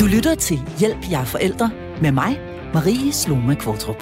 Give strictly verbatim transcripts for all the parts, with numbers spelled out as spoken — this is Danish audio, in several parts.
lytter til Hjælp, jeg er forældre med mig, Marie Sloma Kvartrup.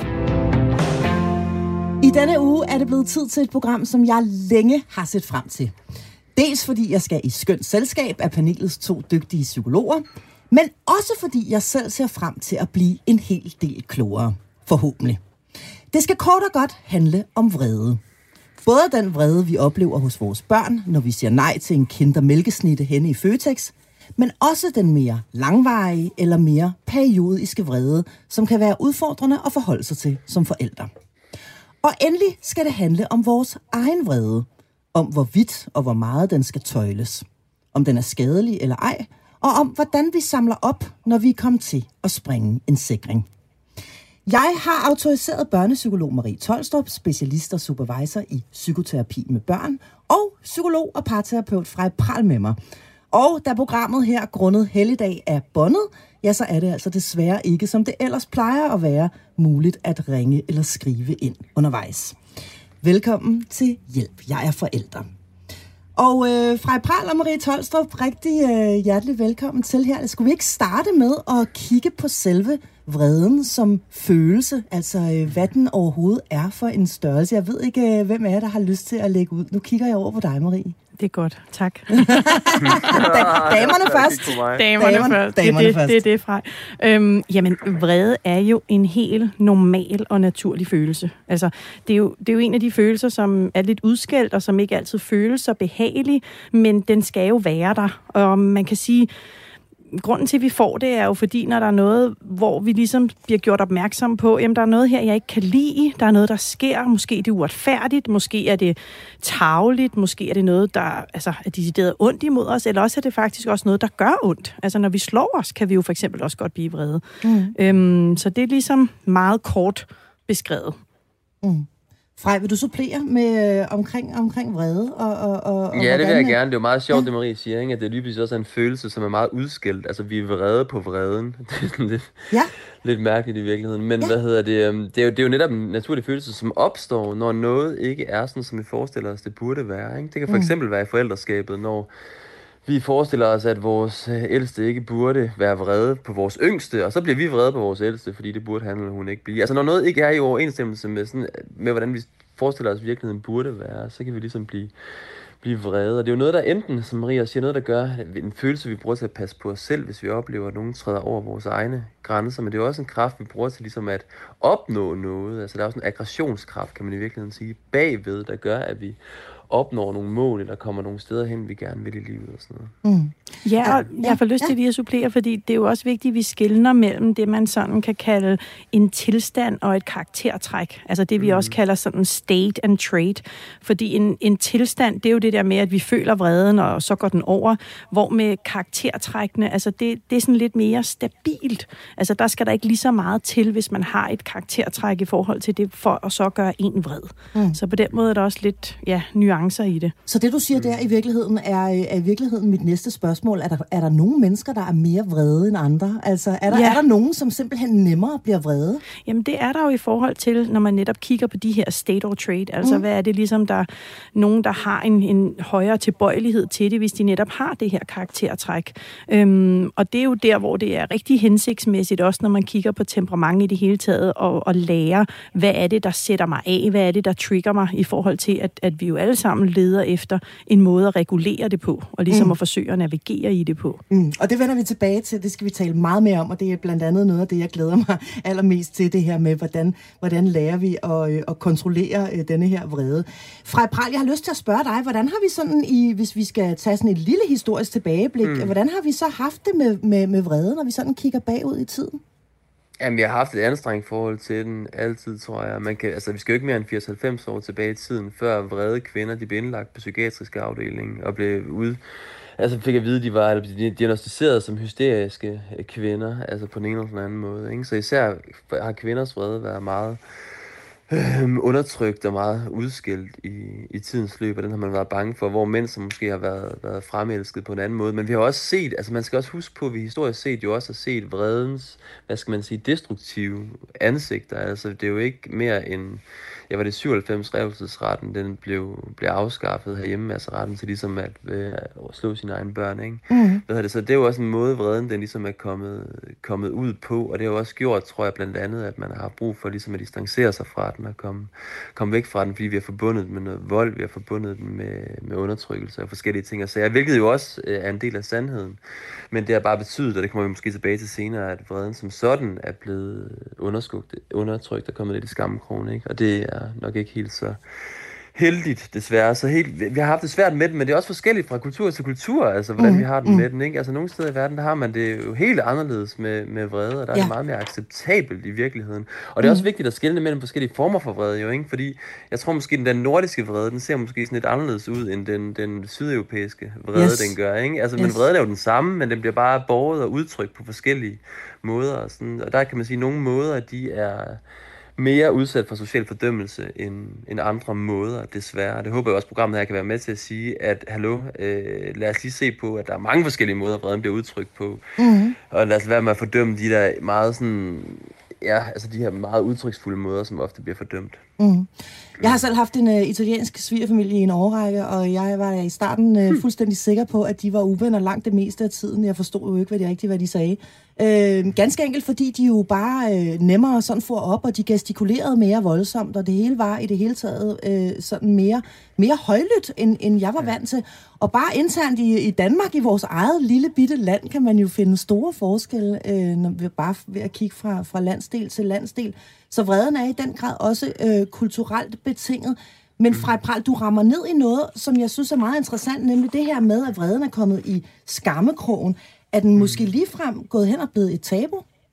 I denne uge er det blevet tid til et program, som jeg længe har set frem til. Dels fordi jeg skal i skønt selskab af panelets to dygtige psykologer, men også fordi jeg selv ser frem til at blive en hel del klogere. Forhåbentlig. Det skal kort og godt handle om vrede. Både den vrede, vi oplever hos vores børn, når vi siger nej til en kinder mælkesnitte henne i Føtex, men også den mere langvarige eller mere periodiske vrede, som kan være udfordrende at forholde sig til som forældre. Og endelig skal det handle om vores egen vrede, om hvorvidt og hvor meget den skal tøjles, om den er skadelig eller ej, og om hvordan vi samler op, når vi er kommet til at springe en sikring. Jeg har autoriseret børnepsykolog Marie Tolstrup, specialist og supervisor i psykoterapi med børn, og psykolog og parterapeut Frej Pral med mig. Og da programmet her grundet helligdag er båndet, ja, så er det altså desværre ikke, som det ellers plejer at være, muligt at ringe eller skrive ind undervejs. Velkommen til Hjælp, jeg er forældre. Og øh, Frej Pral og Marie Tolstrup, rigtig øh, hjertelig velkommen til her. Skulle vi ikke starte med at kigge på selve vreden som følelse, altså øh, hvad den overhovedet er for en størrelse? Jeg ved ikke, øh, hvem af jer, der har lyst til at lægge ud. Nu kigger jeg over på dig, Marie. Det er godt, tak. da- damerne først. Damerne, damerne først. Damerne det, det, først. det er det fra. Øhm, jamen, vrede er jo en helt normal og naturlig følelse. Altså, det er, jo, det er jo en af de følelser, som er lidt udskældt, og som ikke altid føles så behagelig, men den skal jo være der. Og man kan sige, grunden til, at vi får det, er jo fordi, når der er noget, hvor vi ligesom bliver gjort opmærksom på, jamen der er noget her, jeg ikke kan lide, der er noget, der sker, måske er det uretfærdigt, måske er det tarveligt, måske er det noget, der altså, er decideret ondt imod os, eller også er det faktisk også noget, der gør ondt. Altså når vi slår os, kan vi jo for eksempel også godt blive vrede. Mm. Øhm, så det er ligesom meget kort beskrevet. Mm. Frej, vil du supplere med øh, omkring, omkring vrede? Og, og, og, ja, det vil jeg gerne. Det er jo meget sjovt, ja. det Marie siger, ikke? At det lige pludselig også er en følelse, som er meget udskilt. Altså, vi er vrede på vreden. Det er sådan lidt, ja. lidt mærkeligt i virkeligheden. Men ja. hvad hedder det? Det er, jo, det er jo netop en naturlig følelse, som opstår, når noget ikke er sådan, som vi forestiller os, det burde være. Ikke? Det kan for eksempel mm. være i forældreskabet, når vi forestiller os, at vores ældste ikke burde være vrede på vores yngste, og så bliver vi vrede på vores ældste, fordi det burde han eller hun ikke blive. Altså, når noget ikke er i overensstemmelse med, sådan, med hvordan vi forestiller os, at virkeligheden burde være, så kan vi ligesom blive, blive vrede. Og det er jo noget, der enten, som Maria siger, noget, der gør en følelse, vi bruger til at passe på os selv, hvis vi oplever, at nogen træder over vores egne grænser, men det er også en kraft, vi bruger til ligesom at opnå noget. Altså, der er også en aggressionskraft, kan man i virkeligheden sige, bagved, der gør, at vi opnår nogle mål, eller kommer nogle steder hen, vi gerne vil i livet og sådan noget. Mm. Ja, og jeg får lyst til lige at supplere, fordi det er jo også vigtigt, at vi skelner mellem det, man sådan kan kalde en tilstand og et karaktertræk. Altså det, vi mm. også kalder sådan state and trait. Fordi en, en tilstand, det er jo det der med, at vi føler vreden, og så går den over. Hvor med karaktertrækkene, altså det, det er sådan lidt mere stabilt. Altså der skal der ikke lige så meget til, hvis man har et karaktertræk i forhold til det, for at så gøre en vred. Mm. Så på den måde er der også lidt, ja, nuancer i det. Så det, du siger der i virkeligheden, er, er i virkeligheden mit næste spørgsmål. Er der, er der nogle mennesker, der er mere vrede end andre? Altså, er der, ja. er der nogen, som simpelthen nemmere bliver vrede? Jamen, det er der jo i forhold til, når man netop kigger på de her state or trait. Altså, mm. hvad er det ligesom, der er nogen, der har en, en højere tilbøjelighed til det, hvis de netop har det her karaktertræk. Øhm, og det er jo der, hvor det er rigtig hensigtsmæssigt, også når man kigger på temperament i det hele taget, og, og lære, hvad er det, der sætter mig af? Hvad er det, der trigger mig i forhold til, at, at vi jo alle sammen leder efter en måde at regulere det på, og ligesom mm. at forsøge at navigere i det på. Mm. Og det vender vi tilbage til, det skal vi tale meget mere om, og det er blandt andet noget af det, jeg glæder mig allermest til, det her med, hvordan, hvordan lærer vi at, at kontrollere denne her vrede. Frej Pral, jeg har lyst til at spørge dig, hvordan har vi sådan, i, hvis vi skal tage sådan et lille historisk tilbageblik, mm. hvordan har vi så haft det med, med, med vrede, når vi sådan kigger bagud i tiden? Jamen, vi har haft et anstrengt forhold til den altid, tror jeg. Man kan, altså, vi skal jo ikke mere end firs til halvfems år tilbage i tiden, før vrede kvinder, de blev indlagt på psykiatriske afdeling og blev ud... Altså fik at vide, at de var diagnosticeret som hysteriske kvinder, altså på den ene eller den anden måde. Ikke? Så især har kvinders vrede været meget øh, undertrykt og meget udskilt i, i tidens løb, og den har man været bange for, hvor mænd som måske har været, været fremelsket på en anden måde. Men vi har også set, altså man skal også huske på, at vi historisk set jo også har set vredens, hvad skal man sige, destruktive ansigter. Altså det er jo ikke mere end, jeg var det syvoghalvfems revselsesretten, den blev, blev afskaffet herhjemme, altså retten til ligesom at øh, slå sine egne børn, ikke? Mm. Det? Så det er jo også en måde, vreden den ligesom er kommet, kommet ud på, og det har jo også gjort, tror jeg, blandt andet, at man har brug for ligesom at distancere sig fra den og komme, komme væk fra den, fordi vi har forbundet den med noget vold, vi har forbundet den med, med undertrykkelse og forskellige ting og sager, hvilket jo også øh, er en del af sandheden. Men det har bare betydet, og det kommer vi måske tilbage til senere, at vreden som sådan er blevet undertrykt og kommet lidt i skammekrogen, ikke? Og det er nok ikke helt så heldigt, desværre. Så helt, vi har haft det svært med den, men det er også forskelligt fra kultur til kultur, altså hvordan mm, vi har den mm. med den, ikke? Altså nogle steder i verden, der har man det jo helt anderledes med, med vrede, og der ja. er det meget mere acceptabelt i virkeligheden. Og det er mm. også vigtigt at skelne mellem forskellige former for vrede, jo, ikke? Fordi jeg tror måske, den nordiske vrede, den ser måske sådan lidt anderledes ud, end den, den sydeuropæiske vrede, yes. den gør, ikke? Altså, yes. men vrede er jo den samme, men den bliver bare båret og udtrykt på forskellige måder, og, sådan. Og der kan man sige, at nogle måder, de er mere udsat for social fordømmelse end, end andre måder, desværre. Det håber jeg også, at programmet her kan være med til at sige, at hallo, øh, lad os lige se på, at der er mange forskellige måder, vreden bliver udtrykt på. Mm-hmm. Og lad os være med at fordømme de der meget sådan, ja, altså de her meget udtryksfulde måder, som ofte bliver fordømt. Mm. Jeg har selv haft en uh, italiensk svigerfamilie i en årrække, og jeg var i starten uh, fuldstændig sikker på, at de var uvenner langt det meste af tiden. Jeg forstod jo ikke, hvad de rigtigt hvad de sagde. Uh, ganske enkelt, fordi de jo bare uh, nemmere sådan for op, og de gestikulerede mere voldsomt, og det hele var i det hele taget uh, sådan mere, mere højlydt, end, end jeg var vant til. Og bare internt i, i Danmark, i vores eget lille bitte land, kan man jo finde store forskelle, uh, når vi bare ved at kigge fra, fra landsdel til landsdel. Så vreden er i den grad også øh, kulturelt betinget. Men Frej Pral, du rammer ned i noget, som jeg synes er meget interessant, nemlig det her med, at vreden er kommet i skammekrogen. Er den måske ligefrem gået hen og blevet et tabu?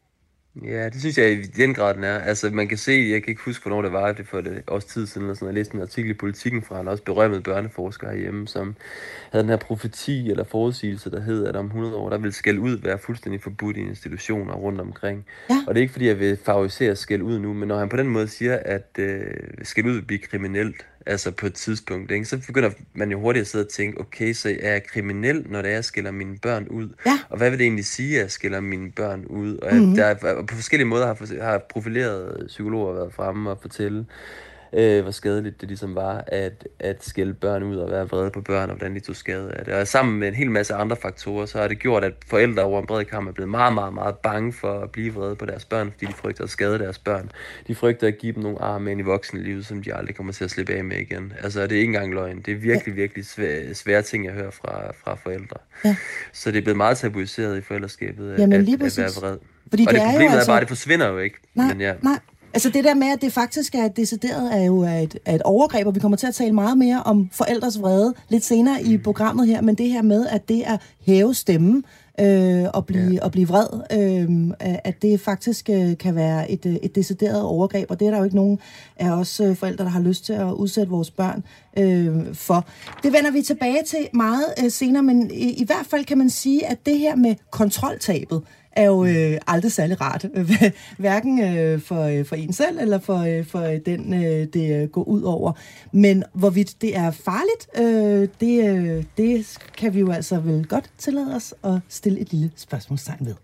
Ja, det synes jeg i den grad, den er. Altså, man kan se, jeg kan ikke huske, hvornår det var, det for det også tid siden, eller sådan, jeg læste en artikel i Politikken fra en også berømmet børneforsker herhjemme, som havde den her profeti eller forudsigelse, der hed, at om hundrede år, der vil skæld ud være fuldstændig forbudt i institutioner rundt omkring. Ja. Og det er ikke, fordi jeg vil favorisere skæld ud nu, men når han på den måde siger, at øh, skæld ud vil blive kriminelt, altså på et tidspunkt, ikke? Så begynder man jo hurtigt at sidde og tænke, okay, så er jeg kriminel, når det er, jeg skælder mine børn ud? Ja. Og hvad vil det egentlig sige, at jeg skælder mine børn ud? Og mm-hmm. der, på forskellige måder har, har profilerede psykologer været fremme og fortælle, øh, hvor skadeligt det ligesom var, at, at skælde børn ud og være vrede på børn, og hvordan de tog skade af det. Og sammen med en hel masse andre faktorer, så har det gjort, at forældre over en bred kam er blevet meget, meget, meget bange for at blive vrede på deres børn, fordi de frygter at skade deres børn. De frygter at give dem nogle ar med ind i voksenlivet, som de aldrig kommer til at slippe af med igen. Altså, det er ikke engang løgn. Det er virkelig, virkelig svære, svære ting, jeg hører fra, fra forældre. Ja. Så det er blevet meget tabuiseret i forældreskabet at, at, at være vred. Fordi og det, det problemet er, altså... er bare, at det forsvinder jo ikke. Nej, men ja. nej. Altså det der med, at det faktisk er decideret, er jo et, er et overgreb, og vi kommer til at tale meget mere om forældres vrede lidt senere i programmet her, men det her med, at det er hæve stemmen øh, og, blive, ja. og blive vred, øh, at det faktisk øh, kan være et, et decideret overgreb, og det er der jo ikke nogen af os øh, forældre, der har lyst til at udsætte vores børn øh, for. Det vender vi tilbage til meget øh, senere, men i, i hvert fald kan man sige, at det her med kontroltabet, er jo øh, aldrig særlig rart. Hverken øh, for, øh, for en selv, eller for, øh, for den, øh, det øh, går ud over. Men hvorvidt det er farligt, øh, det, øh, det kan vi jo altså vel godt tillade os at stille et lille spørgsmålstegn ved.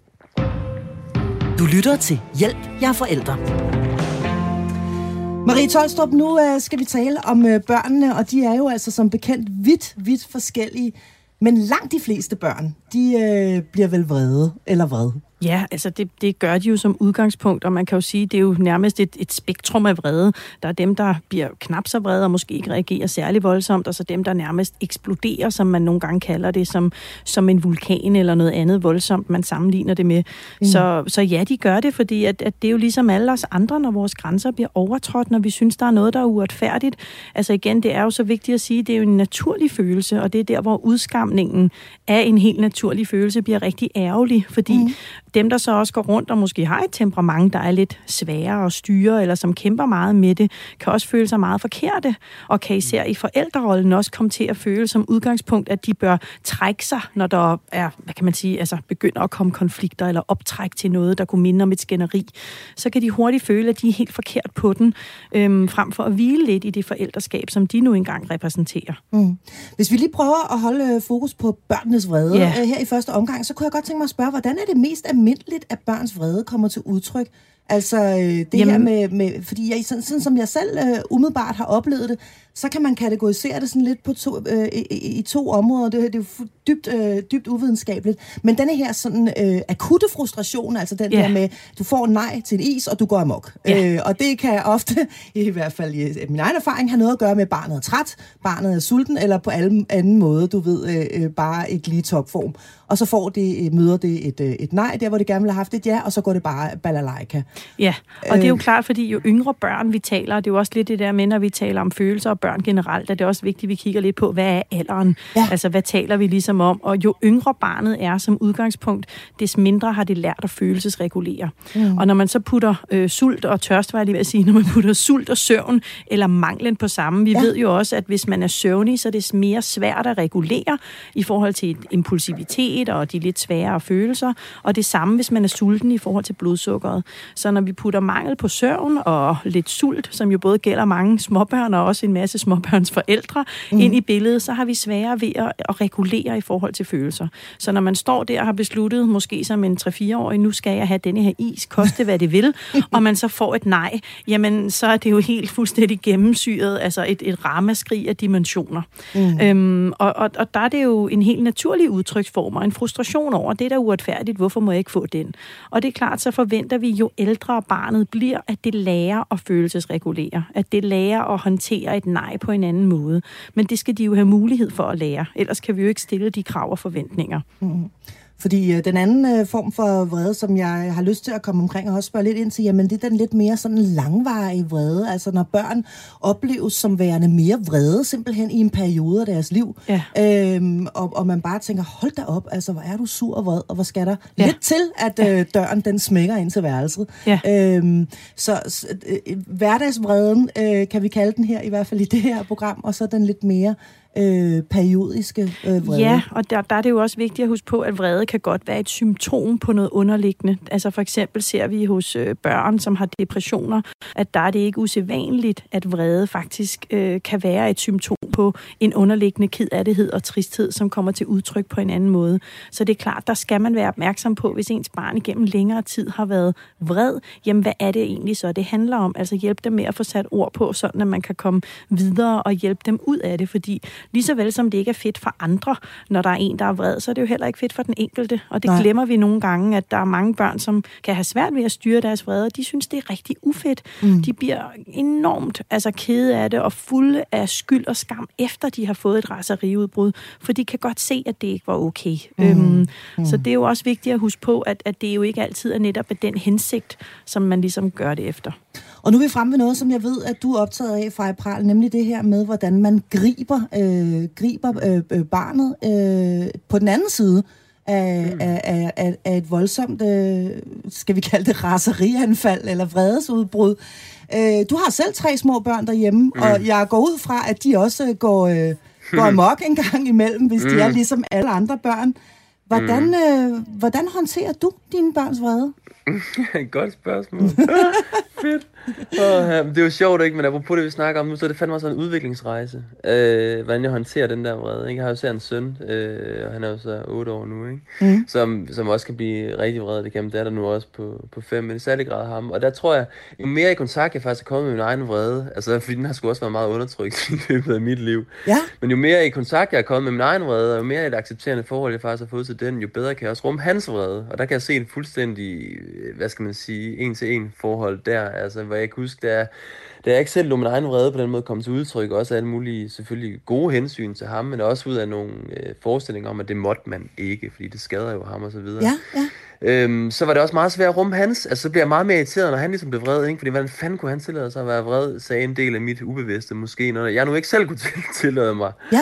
Du lytter til Hjælp, jeg er forældre. Marie Tolstrup, nu øh, skal vi tale om øh, børnene, og de er jo altså som bekendt vidt, vidt forskellige. Men langt de fleste børn, de øh, bliver vel vrede eller vrede. Ja, altså det, det gør de jo som udgangspunkt, og man kan jo sige, det er jo nærmest et, et spektrum af vrede. Der er dem, der bliver knap så vrede og måske ikke reagerer særlig voldsomt, og så dem, der nærmest eksploderer, som man nogle gange kalder det, som, som en vulkan eller noget andet voldsomt, man sammenligner det med. Mm. Så, så ja, de gør det, fordi at, at det er jo ligesom alle os andre, når vores grænser bliver overtrådt, når vi synes, der er noget, der er uretfærdigt. Altså igen, det er jo så vigtigt at sige, det er jo en naturlig følelse, og det er der, hvor udskamningen af en helt naturlig følelse bliver rigtig ærgerlig, fordi mm. dem, der så også går rundt og måske har et temperament, der er lidt sværere at styre, eller som kæmper meget med det, kan også føle sig meget forkerte, og kan især i forældrerollen også komme til at føle som udgangspunkt, at de bør trække sig, når der er, hvad kan man sige, altså begynder at komme konflikter, eller optræk til noget, der kunne minde om et skænderi. Så kan de hurtigt føle, at de er helt forkert på den, øhm, frem for at hvile lidt i det forældreskab, som de nu engang repræsenterer. Mm. Hvis vi lige prøver at holde fokus på børnenes vrede yeah. her i første omgang, så kunne jeg godt tænke mig at spørge, hvordan er det mest almindeligt, at børns vrede kommer til udtryk? Altså det Jamen. her med, med fordi jeg, sådan, sådan som jeg selv uh, umiddelbart har oplevet det, så kan man kategorisere det sådan lidt på to, øh, i, i to områder. Det, det er jo dybt, øh, dybt uvidenskabeligt. Men denne her sådan øh, akutte frustration, altså den yeah. der med, du får nej til en is, og du går amok. Yeah. Øh, og det kan ofte, i hvert fald i min egen erfaring, have noget at gøre med, at barnet er træt, barnet er sulten, eller på alle anden måde, du ved, øh, bare ikke lige topform. Og så får det, møder det et, et nej, der hvor det gerne ville have haft et ja, og så går det bare balalaika. Ja, og øh. det er jo klart, fordi jo yngre børn vi taler, det er jo også lidt det der med, når vi taler om følelser og børn generelt, er det også vigtigt, at vi kigger lidt på, hvad er alderen? Ja. Altså, hvad taler vi ligesom om? Og jo yngre barnet er som udgangspunkt, des mindre har det lært at følelsesregulere. Mm. Og når man så putter øh, sult og tørst, var jeg lige ved at sige, når man putter sult og søvn, eller manglen på samme, vi ja. ved jo også, at hvis man er søvnig, så er det mere svært at regulere i forhold til impulsivitet og de lidt sværere følelser, og det samme, hvis man er sulten i forhold til blodsukkeret. Så når vi putter mangel på søvn og lidt sult, som jo både gælder mange småbørn og også en masse småbørns forældre, mm. ind i billedet, så har vi sværere ved at, at regulere i forhold til følelser. Så når man står der og har besluttet, måske som en tre-fire-årig, nu skal jeg have denne her is, koste hvad det vil, og man så får et nej, jamen så er det jo helt fuldstændig gennemsyret, altså et, et ramaskrig af dimensioner. Mm. Øhm, og, og, og der er det jo en helt naturlig udtryksform og en frustration over, det er da uretfærdigt, hvorfor må jeg ikke få den? Og det er klart, så forventer vi, jo ældre barnet bliver, at det lærer at følelsesregulere, at det lærer at håndtere et nej på en anden måde. Men det skal de jo have mulighed for at lære, ellers kan vi jo ikke stille de krav og forventninger. Mm. Fordi øh, den anden øh, form for vrede, som jeg har lyst til at komme omkring og også spørge lidt ind til, jamen det er den lidt mere sådan langvarige vrede, altså når børn opleves som værende mere vrede, simpelthen i en periode af deres liv, ja. øhm, og, og man bare tænker, hold da op, altså hvor er du sur og vred, og hvor skal der ja. lidt til, at øh, døren den smækker ind til værelset. Ja. Øhm, så øh, hverdagsvreden øh, kan vi kalde den her, i hvert fald i det her program, og så den lidt mere Øh, periodiske øh, vrede. Ja, og der, der er det jo også vigtigt at huske på, at vrede kan godt være et symptom på noget underliggende. Altså for eksempel ser vi hos øh, børn, som har depressioner, at der er det ikke usædvanligt, at vrede faktisk øh, kan være et symptom på en underliggende kedattighed og tristhed, som kommer til udtryk på en anden måde. Så det er klart, der skal man være opmærksom på, hvis ens barn igennem længere tid har været vred, jamen hvad er det egentlig så, det handler om? Altså hjælpe dem med at få sat ord på, sådan at man kan komme videre og hjælpe dem ud af det, fordi lige så vel som det ikke er fedt for andre, når der er en, der er vred, så er det jo heller ikke fedt for den enkelte. Og det Nej. glemmer vi nogle gange, at der er mange børn, som kan have svært ved at styre deres vrede, og de synes, det er rigtig ufedt. Mm. De bliver enormt altså, kede af det og fulde af skyld og skam, efter de har fået et raseriudbrud, for de kan godt se, at det ikke var okay. Mm. Øhm, mm. Så det er jo også vigtigt at huske på, at, at det jo ikke altid er netop af den hensigt, som man ligesom gør det efter. Og nu er vi fremme ved noget, som jeg ved, at du er optaget af, Freja Pral, nemlig det her med, hvordan man griber, øh, griber øh, barnet øh, på den anden side af, mm. af, af, af, af et voldsomt, øh, skal vi kalde det raserianfald eller vredesudbrud. Øh, du har selv tre små børn derhjemme, mm. og jeg går ud fra, at de også går, øh, går amok en gang imellem, hvis mm. de er ligesom alle andre børn. Hvordan, mm. øh, hvordan håndterer du dine børns vrede? Godt spørgsmål. Fedt. Oh, ja, det er jo sjovt, ikke? Men apropos det, vi snakker om nu, så er det fandme også en udviklingsrejse. Øh, hvordan jeg håndterer den der vrede. Ikke? Jeg har jo selv en søn, øh, og han er jo så otte år nu, ikke? Mm. Som, som også kan blive rigtig vred. Det kan det er der nu også på, på fem, men i særlig grad ham. Og der tror jeg, jo mere i kontakt jeg faktisk er kommet med min egen vrede, altså fordi den har sgu også været meget undertrykt i løbet af mit liv. Ja. Men jo mere i kontakt jeg er kommet med min egen vrede, og jo mere et accepterende forhold jeg faktisk har fået til den, jo bedre kan jeg også rumme hans vrede. Og der kan jeg se en fuldstændig, hvad skal man sige, en-til-en forhold der, altså hvor jeg kan huske, da jeg, da jeg ikke selv lå min egen vrede på den måde komme til udtryk, også alle mulige selvfølgelig gode hensyn til ham, men også ud af nogle øh, forestillinger om, at det måtte man ikke, fordi det skader jo ham og så videre. Ja, ja. Øhm, så var det også meget svært at rumme hans, altså så bliver jeg meget mere irriteret, når han ligesom blev vred, ikke? Fordi hvordan fanden kunne han tillade sig at være vred, sagde en del af mit ubevidste måske, når jeg nu ikke selv kunne tillade mig. Ja.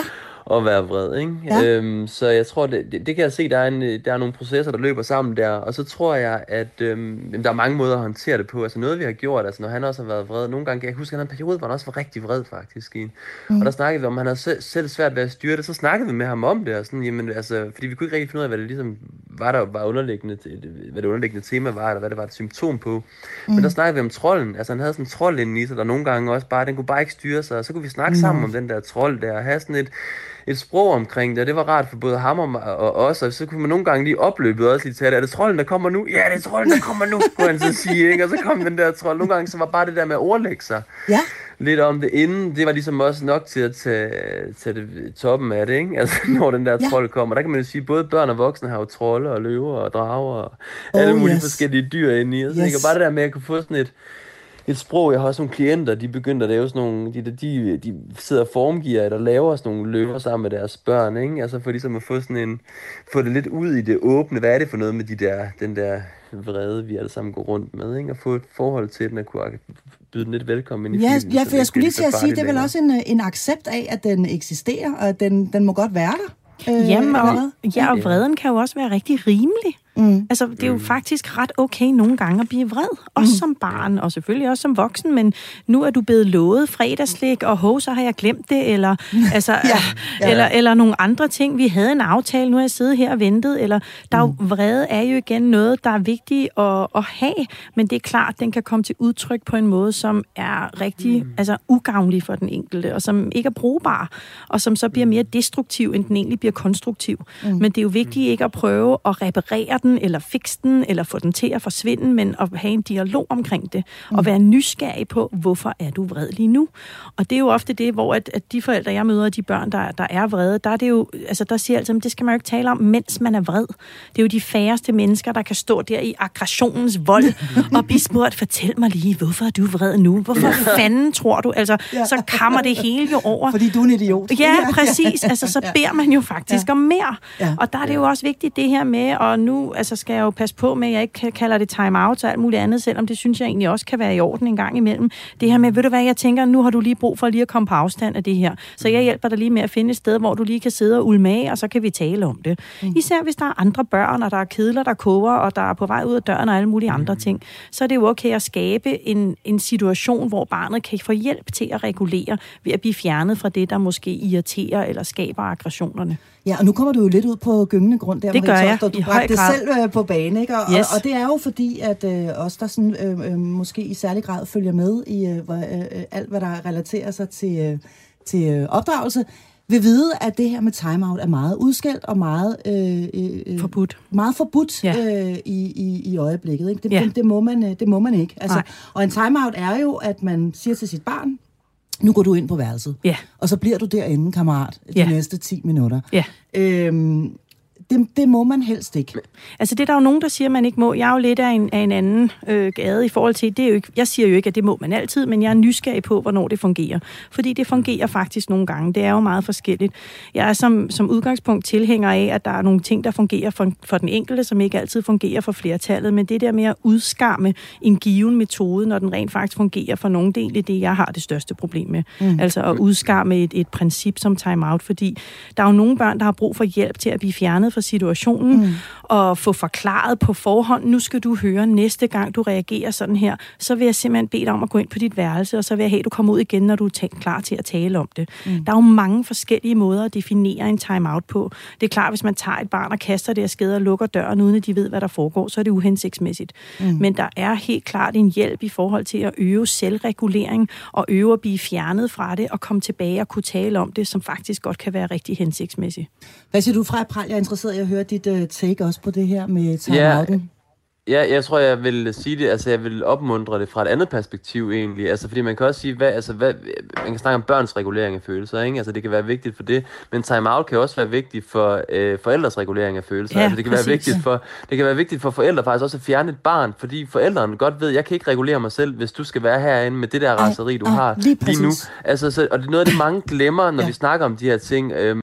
at være vred, ikke? Ja. Øhm, så jeg tror, det, det, det kan jeg se, der er, en, der er nogle processer, der løber sammen der, og så tror jeg, at øhm, der er mange måder at håndtere det på. Altså noget, vi har gjort, altså når han også har været vred, nogle gange, jeg husker, at han havde en periode, hvor han også var rigtig vred, faktisk. I. Mm. Og der snakkede vi om, at han havde selv, selv svært ved at styre det, så snakkede vi med ham om det, og sådan, jamen, altså, fordi vi kunne ikke rigtig finde ud af, hvad det ligesom var, der var underliggende, hvad det underliggende tema var, eller hvad det var et symptom på. Mm. Men der snakkede vi om trolden, altså han havde sådan en trold inde i sig, der nogle gange også bare, den kunne bare ikke styre sig, og så kunne vi snakke mm. sammen om den der trold der, og have sådan et, et sprog omkring det, og det var rart for både ham og, og os, og så kunne man nogle gange lige opløbet også lige tage det, er det trolden, der kommer nu? Ja, det er trolden, der kommer nu, kunne han så sige, ikke? Og så kom den der trold. Nogle gange så var bare det der med at overlægge sig. Ja. Lidt om det inden, det var ligesom også nok til at tage, tage det, toppen af det, ikke? Altså, når den der ja. trold kommer. Der kan man jo sige, både børn og voksne har jo trolde og løver og drager og oh, alle mulige yes. forskellige dyr inde i. Så yes. bare det der med at kunne få sådan et, et sprog. Jeg har også nogle klienter, de begyndte at lave sådan nogle, de, de, de sidder og formgiver et og laver sådan nogle løver sammen med deres børn, ikke? Altså for ligesom at få sådan en, få det lidt ud i det åbne. Hvad er det for noget med de der, den der vrede, vi alle sammen går rundt med, ikke? Og få et forhold til den og kunne byde den lidt velkommen ind i ja, filmen. Ja, for jeg skulle lige til at sige, det er vel også en, en accept af, at den eksisterer, og at den, den må godt være der. Øh, Jamen, og, ja, og vreden kan jo også være rigtig rimelig. Mm. Altså, det er jo mm. faktisk ret okay nogle gange at blive vred. Også mm. som barn, og selvfølgelig også som voksen, men nu er du blevet lovet fredagslik, og hov, så har jeg glemt det, eller, altså, ja. Ja. Eller, eller nogle andre ting. Vi havde en aftale, nu har jeg siddet her og ventet, eller der er jo, vrede er jo igen noget, der er vigtigt at, at have, men det er klart, den kan komme til udtryk på en måde, som er rigtig mm. altså, ugavnlig for den enkelte, og som ikke er brugbar, og som så bliver mere destruktiv, end den egentlig bliver konstruktiv. Mm. Men det er jo vigtigt ikke at prøve at reparere den, eller fikse den, eller få den til at forsvinde, men at have en dialog omkring det, mm. og være nysgerrig på, hvorfor er du vred lige nu? Og det er jo ofte det, hvor at, at de forældre, jeg møder, de børn, der, der er vrede, der er det jo, altså der siger altid, det skal man jo ikke tale om, mens man er vred. Det er jo de færreste mennesker, der kan stå der i aggressionens vold, og blive spurgt, fortæl mig lige, hvorfor er du vred nu? Hvorfor fanden tror du? Altså, ja. så kammer det hele jo over. Fordi du er en idiot. Ja, præcis. Altså, så beder man jo faktisk ja. om mere. Ja. Og der er det jo også vigtigt, det her med, og nu altså, skal jeg jo passe på med, at jeg ikke kalder det time-out og alt muligt andet, selvom det synes jeg egentlig også kan være i orden en gang imellem. Det her med, ved du hvad, jeg tænker, nu har du lige brug for lige at komme på afstand af det her. Så jeg hjælper dig lige med at finde et sted, hvor du lige kan sidde og ulme af, og så kan vi tale om det. Mm. Især hvis der er andre børn, og der er kedler, der koger, og der er på vej ud af døren og alle mulige andre ting, så er det jo okay at skabe en, en situation, hvor barnet kan få hjælp til at regulere ved at blive fjernet fra det, der måske irriterer eller skaber aggressionerne. Ja, og nu kommer du jo lidt ud på gyngende grund der, det gør jeg, du bragte det selv øh, på bane, ikke? Og, yes. og, og det er jo fordi, at øh, os, der sådan, øh, øh, måske i særlig grad følger med i øh, øh, alt, hvad der relaterer sig til, øh, til øh, opdragelse, vil vide, at det her med timeout er meget udskældt og meget øh, øh, forbudt, meget forbudt ja. øh, i, i, i øjeblikket. Ikke? Det, ja. det, det, må man, det må man ikke. Altså, og en timeout er jo, at man siger til sit barn, nu går du ind på værelset, ja. og så bliver du derinde, kammerat, de ja. næste ti minutter. Ja. Øhm, det, det må man helst ikke. Altså det er der jo nogen, der siger, man ikke må. Jeg er jo lidt af en, af en anden øh, gade i forhold til, det er jo ikke, jeg siger jo ikke, at det må man altid, men jeg er nysgerrig på, hvornår det fungerer. Fordi det fungerer faktisk nogle gange. Det er jo meget forskelligt. Jeg er som, som udgangspunkt tilhænger af, at der er nogle ting, der fungerer for, for den enkelte, som ikke altid fungerer for flertallet. Men det der med at udskamme en given metode, når den rent faktisk fungerer for nogen, det er egentlig det, jeg har det største problem med. Mm. Altså at udskamme et, et princip som time-out, fordi der er jo nogle børn, der har brug for hjælp til at blive fjernet fra situationen, mm. og få forklaret på forhånd, nu skal du høre, næste gang du reagerer sådan her, så vil jeg simpelthen bede dig om at gå ind på dit værelse, og så vil jeg have, at du kommer ud igen, når du er klar til at tale om det. Mm. Der er jo mange forskellige måder at definere en time-out på. Det er klart, hvis man tager et barn og kaster det afsted og lukker døren, uden at de ved, hvad der foregår, så er det uhensigtsmæssigt. Mm. Men der er helt klart en hjælp i forhold til at øve selvregulering, og øve at blive fjernet fra det, og komme tilbage og kunne tale om det, som faktisk godt kan være rigtig hensigtsmæssigt. Hvad siger du, Freja Pral? Jeg er interesseret i at høre dit uh, take også på det her med time-outen. Ja, jeg tror, jeg vil sige det, altså jeg vil opmuntre det fra et andet perspektiv egentlig, altså fordi man kan også sige, hvad, altså hvad, man kan snakke om børns regulering af følelser, ikke? Altså det kan være vigtigt for det, men time-out kan også være vigtigt for øh, forældres regulering af følelser, ja, altså det kan præcis. være vigtigt for, det kan være vigtigt for forældre faktisk også at fjerne et barn, fordi forældrene godt ved, jeg kan ikke regulere mig selv, hvis du skal være herinde med det der raseri, du ej, har lige, lige nu, altså så, og det er noget af det mange glemmer, når ja. vi snakker om de her ting, øhm,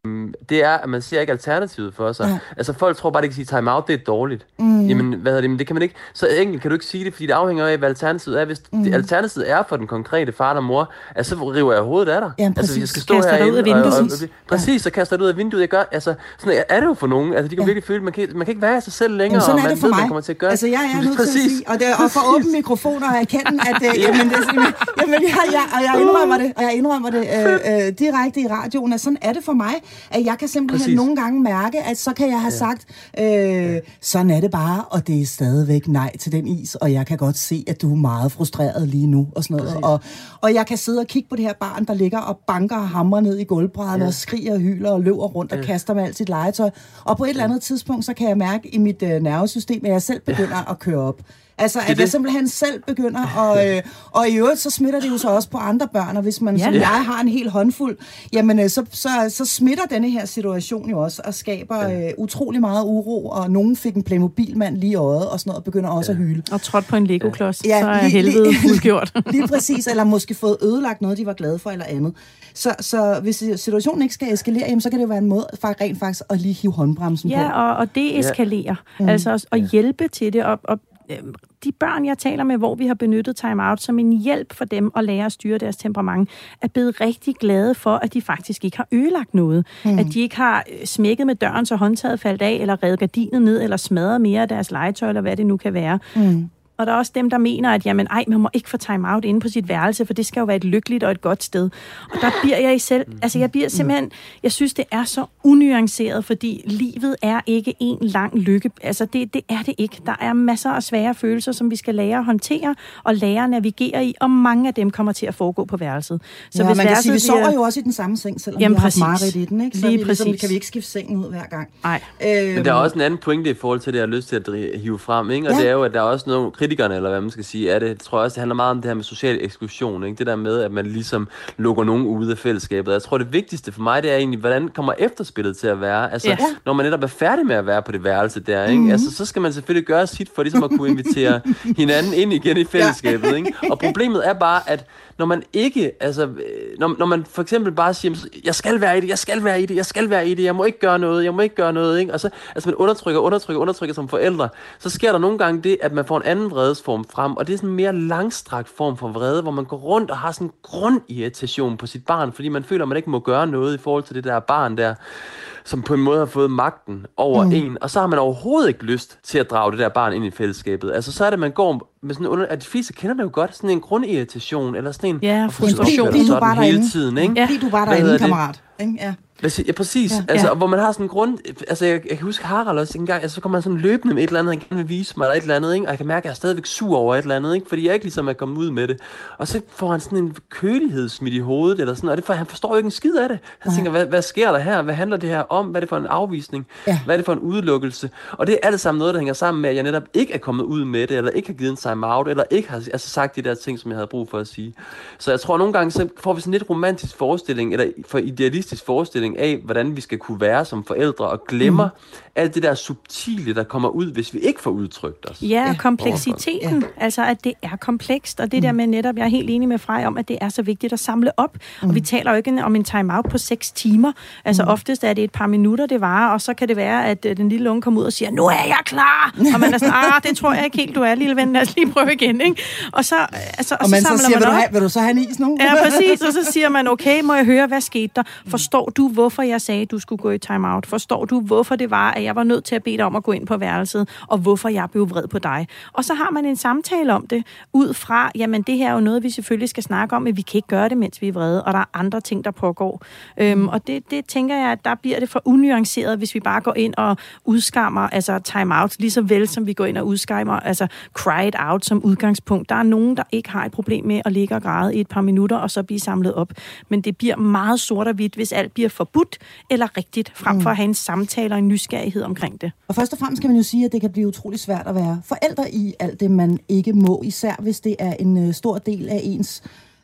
det er, at man ser ikke alternativet for sig. Ja. Altså, folk tror bare, de kan sige, time out, det er dårligt. Mm. Jamen, hvad hedder det? Men det kan man ikke. Så enkelt kan du ikke sige det, fordi det afhænger af, hvad alternativet er. Hvis mm. det, alternativet er for den konkrete far eller mor, altså, så river jeg hovedet af dig. Ja, altså, hvis jeg skal stå kaster herinde, ud af vinduet. Og, og, og, præcis, så kaster det ud af vinduet. Jeg gør, altså, sådan er det jo for nogen. Altså, de kan ja. virkelig føle, man kan, man kan ikke være sig selv længere, jamen, og man er det for ved, mig. man kommer til at gøre. Altså, jeg er nødt til at sige, og, det, og for åbne mikrofoner og erkende, at øh, jamen, det, jamen, jamen, jeg, jeg, og jeg indrømmer det, og jeg indrømmer det øh, øh, direkte i radioen, at sådan er det for mig, at jeg kan simpelthen Præcis. nogle gange mærke, at så kan jeg have ja. sagt, øh, sådan er det bare, og det er stadigvæk nej til den is, og jeg kan godt se, at du er meget frustreret lige nu, og sådan noget. Og, og jeg kan sidde og kigge på det her barn, der ligger og banker og hamrer ned i gulvbrædderne, ja. og skriger og hyler og løber rundt og ja. kaster med alt sit legetøj. Og på et eller andet tidspunkt, så kan jeg mærke i mit øh, nervesystem, at jeg selv begynder ja. at køre op. Altså, at jeg simpelthen selv begynder, og, øh, og i øvrigt, så smitter det jo så også på andre børn, og hvis man, ja. som jeg, har en hel håndfuld, jamen, øh, så, så, så smitter denne her situation jo også, og skaber øh, utrolig meget uro, og nogen fik en Playmobil-mand lige i øjet, og sådan noget, og begynder også ja. at hyle. Og trådt på en Lego-klods, ja, så er lige, helvede fuldgjort. Lige præcis, eller måske fået ødelagt noget, de var glade for, eller andet. Så, så hvis situationen ikke skal eskalere, jamen, så kan det jo være en måde, for rent faktisk, at lige hive håndbremsen ja, på. og, og det eskalerer. Ja. Altså at, at hjælpe til det, og, og de børn, jeg taler med, hvor vi har benyttet time-out som en hjælp for dem at lære at styre deres temperament, er blevet rigtig glade for, at de faktisk ikke har ødelagt noget. Mm. At de ikke har smækket med døren, så håndtaget faldt af, eller revet gardinet ned, eller smadret mere af deres legetøj, eller hvad det nu kan være. Mm. Og der er også dem, der mener, at jamen, ej, man må ikke få time-out inde på sit værelse, for det skal jo være et lykkeligt og et godt sted. Og der bliver jeg i selv, altså jeg bliver simpelthen, jeg synes, det er så unuanceret, fordi livet er ikke en lang lykke. Altså det, det er det ikke. Der er masser af svære følelser, som vi skal lære at håndtere og lære at navigere i, og mange af dem kommer til at foregå på værelset. Så ja, hvis man kan sige, vi sover bliver... jo også i den samme seng, selvom jamen, vi har haft mareridt i den, ikke? Så lige vi, præcis. Ligesom, kan vi ikke skifte sengen ud hver gang. Nej. Øhm... Men der er også en anden pointe i forhold til det, jeg har lyst til at hive frem, ikke? Og ja. det er jo, at der er også nogle kritikerne, eller hvad man skal sige, er det, jeg tror også, det handler meget om det her med social eksklusion, ikke? Det der med, at man ligesom lukker nogen ude af fællesskabet. Jeg tror, det vigtigste for mig, det er egentlig, hvordan kommer efterspillet til at være? Altså, ja. når man netop er færdig med at være på det værelse der, ikke? Mm-hmm. Altså, så skal man selvfølgelig gøre sit for ligesom at kunne invitere hinanden ind igen i fællesskabet, ikke? Og problemet er bare, at når man ikke, altså, når, når man for eksempel bare siger, jeg skal være i det, jeg skal være i det, jeg skal være i det, jeg må ikke gøre noget, jeg må ikke gøre noget, ikke? Og så, altså man undertrykker, undertrykker, undertrykker som forældre, så sker der nogle gange det, at man får en anden vredesform frem, og det er sådan en mere langstrakt form for vrede, hvor man går rundt og har sådan en grundirritation på sit barn, fordi man føler, at man ikke må gøre noget i forhold til det der barn der, som på en måde har fået magten over mm. en, og så har man overhovedet ikke lyst til at drage det der barn ind i fællesskabet. Altså så er det, man går med sådan under, at de fleste kender det jo godt, sådan en grundirritation, eller sådan en ja, frustration, fordi du bare hele tiden, ikke? Ja. Fordi du bare derinde, kammerat. Ja. Ja, præcis. Ja. Altså, hvor man har sådan en grund... Altså, jeg, jeg kan huske Harald også en gang, altså, så kommer man sådan løbende med et eller andet, han gerne vil vise mig, eller et eller andet, ikke? Og jeg kan mærke, at jeg er stadigvæk sur over et eller andet, ikke? Fordi jeg ikke ligesom er kommet ud med det. Og så får han sådan en kølighed smidt i hovedet, eller sådan, og det for, han forstår jo ikke en skid af det. Han ja. tænker, hvad, hvad sker der her? Hvad handler det her om? Hvad er det for en afvisning? Ja. Hvad er det for en udelukkelse? Og det er alt sammen noget, der hænger sammen med, at jeg netop ikke er kommet ud med det, eller ikke har givet en time-out, eller ikke har altså, sagt de der ting, som jeg havde brug for at sige. Så jeg tror, at nogle gange så får vi sådan lidt romantisk forestilling, eller for idealistisk forestilling af, hvordan vi skal kunne være som forældre, og glemmer mm. alt det der subtile, der kommer ud, hvis vi ikke får udtrykt os. Ja, og kompleksiteten. Ja. Altså, at det er komplekst, og det mm. der med netop, jeg er helt enig med Frej om, at det er så vigtigt at samle op. Mm. Og vi taler jo ikke om en time-out på seks timer. Altså, mm. oftest er det et par minutter, det varer, og så kan det være, at den lille unge kommer ud og siger, nu er jeg klar! Og man er sådan, ah, det tror jeg ikke helt, du er, lille ven, lad os lige prøve igen, ikke? Og så, altså, og og så man samler så siger, man vil op. Du have, vil du så have en is nu? Ja, præcis. Og så siger man, okay, må jeg høre, hvad skete der? Forstår du, hvorfor jeg sagde, at du skulle gå i time-out? Forstår du, hvorfor det var, at jeg var nødt til at bede dig om at gå ind på værelset, og hvorfor jeg blev vred på dig? Og så har man en samtale om det, ud fra, jamen det her er jo noget, vi selvfølgelig skal snakke om, men vi kan ikke gøre det, mens vi er vrede, og der er andre ting, der pågår. Mm. Øhm, og det, det tænker jeg, at der bliver det for unuanceret, hvis vi bare går ind og udskammer, altså time-out, lige så vel som vi går ind og udskammer, altså cry it out som udgangspunkt. Der er nogen, der ikke har et problem med at ligge og græde i et par minutter, og så blive samlet op. Men det bliver meget sort og hvidt, hvis alt bliver forbudt, eller rigtigt, frem for at have en samtale og en nysgerrighed omkring det. Og først og fremmest kan man jo sige, at det kan blive utrolig svært at være forældre i alt det, man ikke må, især hvis det er en uh, stor del af ens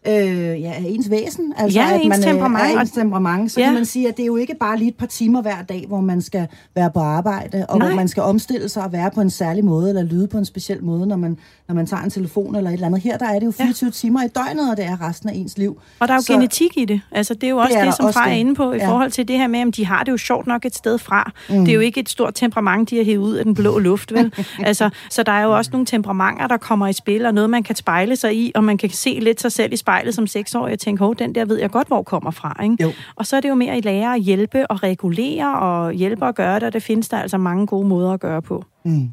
øh, ja, af ens væsen. Altså, ja, at ens man temperament. er ens temperament. Så ja. Kan man sige, at det er jo ikke bare lige et par timer hver dag, hvor man skal være på arbejde, og Nej. Hvor man skal omstille sig og være på en særlig måde, eller lyde på en speciel måde, når man, når man tager en telefon eller et eller andet. Her der er det jo fireogtyve ja. Timer i døgnet, og det er resten af ens liv. Og der er jo så, genetik i det. Altså, det er jo også det, det som far er inde på, i ja. Forhold til det her med, at de har det jo sjovt nok et sted fra. Mm. Det er jo ikke et stort temperament, de har hævet ud af den blå luft, vel? altså, så der er jo også nogle temperamenter, der kommer i spil, og noget, man kan spejle sig i, og man kan se lidt sig selv i spejlet som seksårig og tænke, hov, den der ved jeg godt, hvor kommer fra, ikke? Og så er det jo mere at lære at hjælpe og regulere og hjælpe at gøre det, og det findes der altså mange gode måder at gøre på. Mm.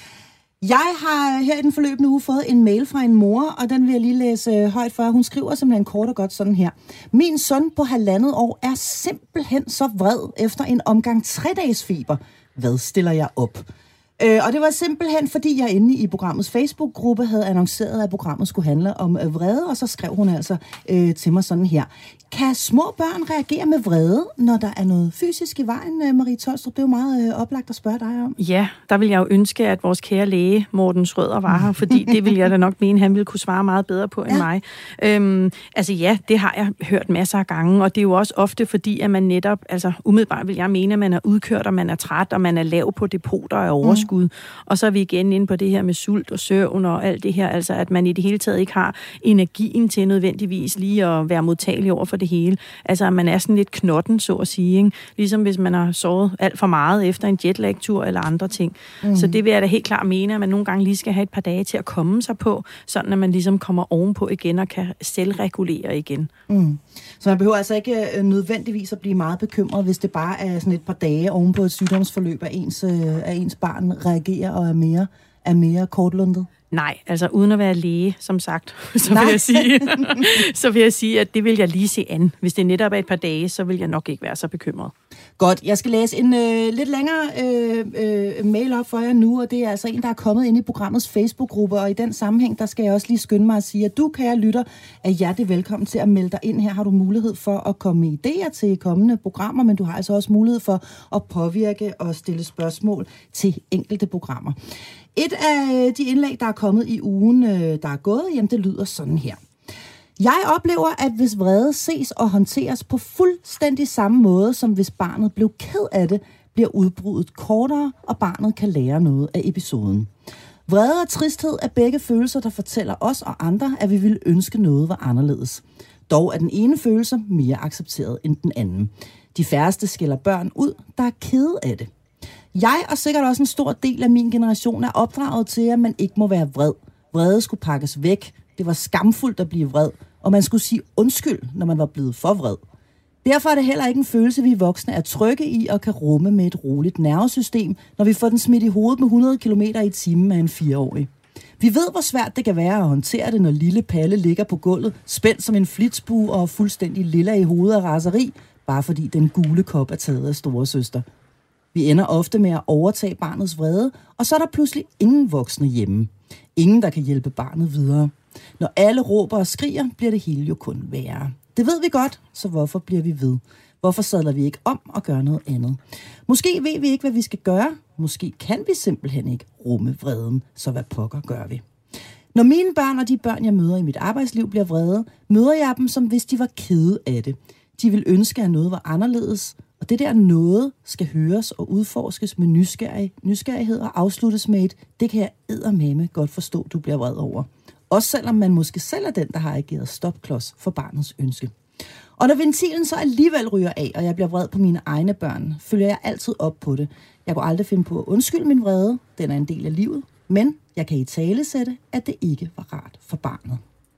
Jeg har her i den forløbende uge fået en mail fra en mor, og den vil jeg lige læse højt for. Hun skriver simpelthen kort og godt sådan her. Min søn på halvandet år er simpelthen så vred efter en omgang tre-dages feber. Hvad stiller jeg op? Øh, og det var simpelthen, fordi jeg inde i programmets Facebook-gruppe havde annonceret, at programmet skulle handle om øh, vrede, og så skrev hun altså øh, til mig sådan her. Kan små børn reagere med vrede, når der er noget fysisk i vejen, øh, Marie Tolstrup? Det er jo meget øh, oplagt at spørge dig om. Ja, der vil jeg jo ønske, at vores kære læge, Morten Schrøder, var her, fordi det vil jeg da nok mene, han ville kunne svare meget bedre på end ja. mig. Øhm, altså ja, det har jeg hørt masser af gange, og det er jo også ofte fordi, at man netop, altså umiddelbart vil jeg mene, at man er udkørt, og man er træt, og man er lav på depoter og overskud. Mm. Og så er vi igen inde på det her med sult og søvn og alt det her, altså at man i det hele taget ikke har energien til nødvendigvis lige at være modtagelig over for det hele. Altså at man er sådan lidt knotten, så at sige, ikke? Ligesom hvis man har sovet alt for meget efter en jetlag-tur eller andre ting. Mm. Så det vil jeg da helt klart mene, at man nogle gange lige skal have et par dage til at komme sig på, sådan at man ligesom kommer ovenpå igen og kan selvregulere igen. Mm. Så man behøver altså ikke nødvendigvis at blive meget bekymret, hvis det bare er sådan et par dage ovenpå et sygdomsforløb, at ens, at ens barn reagerer og er mere, er mere kortlundet? Nej, altså uden at være læge, som sagt, så vil, jeg sige, så vil jeg sige, at det vil jeg lige se an. Hvis det netop er et par dage, så vil jeg nok ikke være så bekymret. Godt, jeg skal læse en øh, lidt længere øh, øh, mail op for jer nu, og det er altså en, der er kommet ind i programmets Facebook-gruppe, og i den sammenhæng, der skal jeg også lige skynde mig at sige, at du, kære lytter, er hjertelig velkommen til at melde dig ind. Her har du mulighed for at komme med idéer til kommende programmer, men du har altså også mulighed for at påvirke og stille spørgsmål til enkelte programmer. Et af de indlæg, der er kommet i ugen, der er gået, jamen det lyder sådan her. Jeg oplever, at hvis vrede ses og håndteres på fuldstændig samme måde, som hvis barnet blev ked af det, bliver udbruddet kortere, og barnet kan lære noget af episoden. Vrede og tristhed er begge følelser, der fortæller os og andre, at vi ville ønske noget var anderledes. Dog er den ene følelse mere accepteret end den anden. De færreste skiller børn ud, der er kede af det. Jeg og sikkert også en stor del af min generation er opdraget til, at man ikke må være vred. Vrede skulle pakkes væk. Det var skamfuldt at blive vred, og man skulle sige undskyld, når man var blevet for vred. Derfor er det heller ikke en følelse, vi voksne er trygge i og kan rumme med et roligt nervesystem, når vi får den smidt i hovedet med hundrede kilometer i timen af en fireårig. Vi ved, hvor svært det kan være at håndtere det, når lille Palle ligger på gulvet, spændt som en flitsbue og fuldstændig lilla i hovedet af raseri, bare fordi den gule kop er taget af storesøster. Vi ender ofte med at overtage barnets vrede, og så er der pludselig ingen voksne hjemme. Ingen, der kan hjælpe barnet videre. Når alle råber og skriger, bliver det hele jo kun værre. Det ved vi godt, så hvorfor bliver vi ved? Hvorfor sadler vi ikke om og gør noget andet? Måske ved vi ikke, hvad vi skal gøre. Måske kan vi simpelthen ikke rumme vreden, så hvad pokker gør vi? Når mine børn og de børn, jeg møder i mit arbejdsliv, bliver vrede, møder jeg dem, som hvis de var kede af det. De vil ønske, at noget var anderledes, og det der noget skal høres og udforskes med nysgerrig, nysgerrighed og afsluttes med et, det kan jeg eddermame godt forstå, du bliver vred over. Også selvom man måske selv er den, der har ageret stopklods for barnets ønske. Og når ventilen så alligevel ryger af, og jeg bliver vred på mine egne børn, følger jeg altid op på det. Jeg kunne aldrig finde på at undskylde min vrede, den er en del af livet, men jeg kan italesætte, at det ikke var rart for barnet.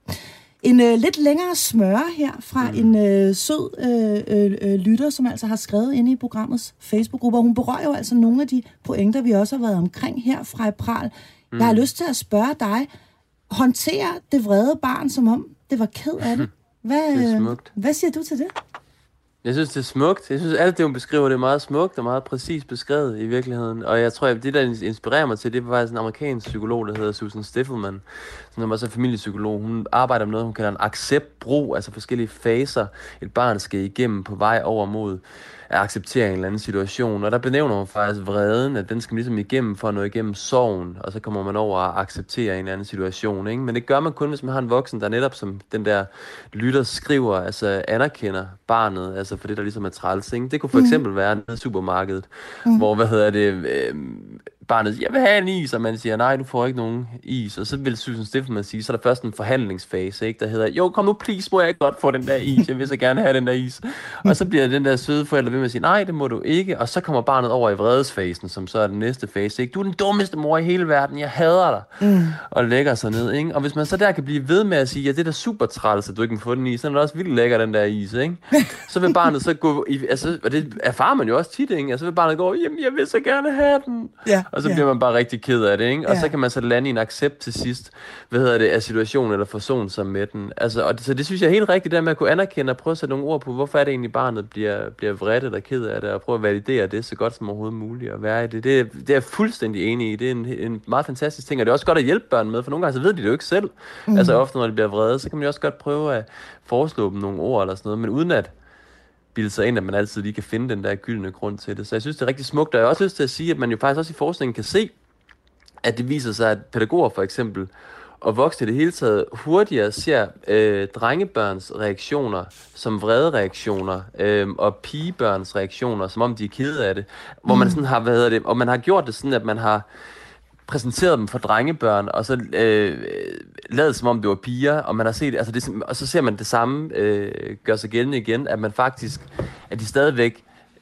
En øh, lidt længere smøre her fra mm. en øh, sød øh, øh, lytter, som altså har skrevet inde i programmets Facebook-gruppe. Hun berører jo altså nogle af de pointer, vi også har været omkring her fra Pral. Mm. Jeg har lyst til at spørge dig, håndterer det vrede barn, som om det var ked af det? Hvad, det er smukt. Hvad siger du til det? Jeg synes, det er smukt. Jeg synes, alt det, hun beskriver, det er meget smukt og meget præcist beskrevet i virkeligheden. Og jeg tror, at det, der inspirerer mig til, det var faktisk en amerikansk psykolog, der hedder Susan Stiffelman, som er også familiepsykolog. Hun arbejder med noget, hun kalder en accept-brug, altså forskellige faser, et barn skal igennem på vej over mod at acceptere en eller anden situation. Og der benævner hun faktisk vreden, at den skal man ligesom igennem for at nå igennem sorgen, og så kommer man over at acceptere en eller anden situation, ikke? Men det gør man kun, hvis man har en voksen, der netop som den der lytter skriver, altså anerkender barnet, altså for det, der ligesom er træls, ikke? Det kunne for eksempel mm. være nede i supermarkedet, mm. hvor, hvad hedder det, øh, barnet siger, jeg vil have en is, og man siger, nej, du får ikke nogen is, og så vil Susan Stiftelmann sige, så er der først en forhandlingsfase, ikke, der hedder, jo, kom nu, please, må jeg ikke godt få den der is, jeg vil så gerne have den der is. Og så bliver den der søde forælder ved med at sige, nej, det må du ikke, og så kommer barnet over i vredesfasen, som så er den næste fase, ikke, du er den dummeste mor i hele verden, jeg hader dig, mm. og lægger sig ned, ikke, og hvis man så der kan blive ved med at sige, ja, det er da super træls, at du ikke kan få den is, så er det også vildt lækker, den der is, ikke, så vil barnet så gå, i, altså, og det erfarer man jo også tit, ikke, og så vil barnet gå, jamen, jeg vil så gerne have den, ja, og så ja. bliver man bare rigtig ked af det, ikke? Og ja. så kan man så lande i en accept til sidst, hvad hedder det, af situationen, eller forsone sig med den. Altså, og det, så det synes jeg er helt rigtigt, der med at kunne anerkende og prøve at sætte nogle ord på, hvorfor er det egentlig barnet bliver, bliver vredt eller ked af det, og prøve at validere det så godt som overhovedet muligt at være i det. Det, det er jeg fuldstændig enig i. Det er en, en meget fantastisk ting, og det er også godt at hjælpe børn med, for nogle gange så ved de det jo ikke selv. Mm. Altså ofte, når de bliver vrede, så kan man jo også godt prøve at foreslå dem nogle ord eller sådan noget, men uden at bilde sig ind, at man altid lige kan finde den der gyldne grund til det. Så jeg synes, det er rigtig smukt, og jeg har også lyst til at sige, at man jo faktisk også i forskningen kan se, at det viser sig, at pædagoger for eksempel, og voksne i det hele taget, hurtigere ser øh, drengebørns reaktioner som vrede reaktioner, øh, og pigebørns reaktioner, som om de er kede af det. Hvor man sådan har, hvad hedder det, og man har gjort det sådan, at man har præsenteret dem for drengebørn, og så øh, lavet som om det var piger, og man har set, altså det, og så ser man det samme øh, gør sig gældende igen, at man faktisk, at de stadigvæk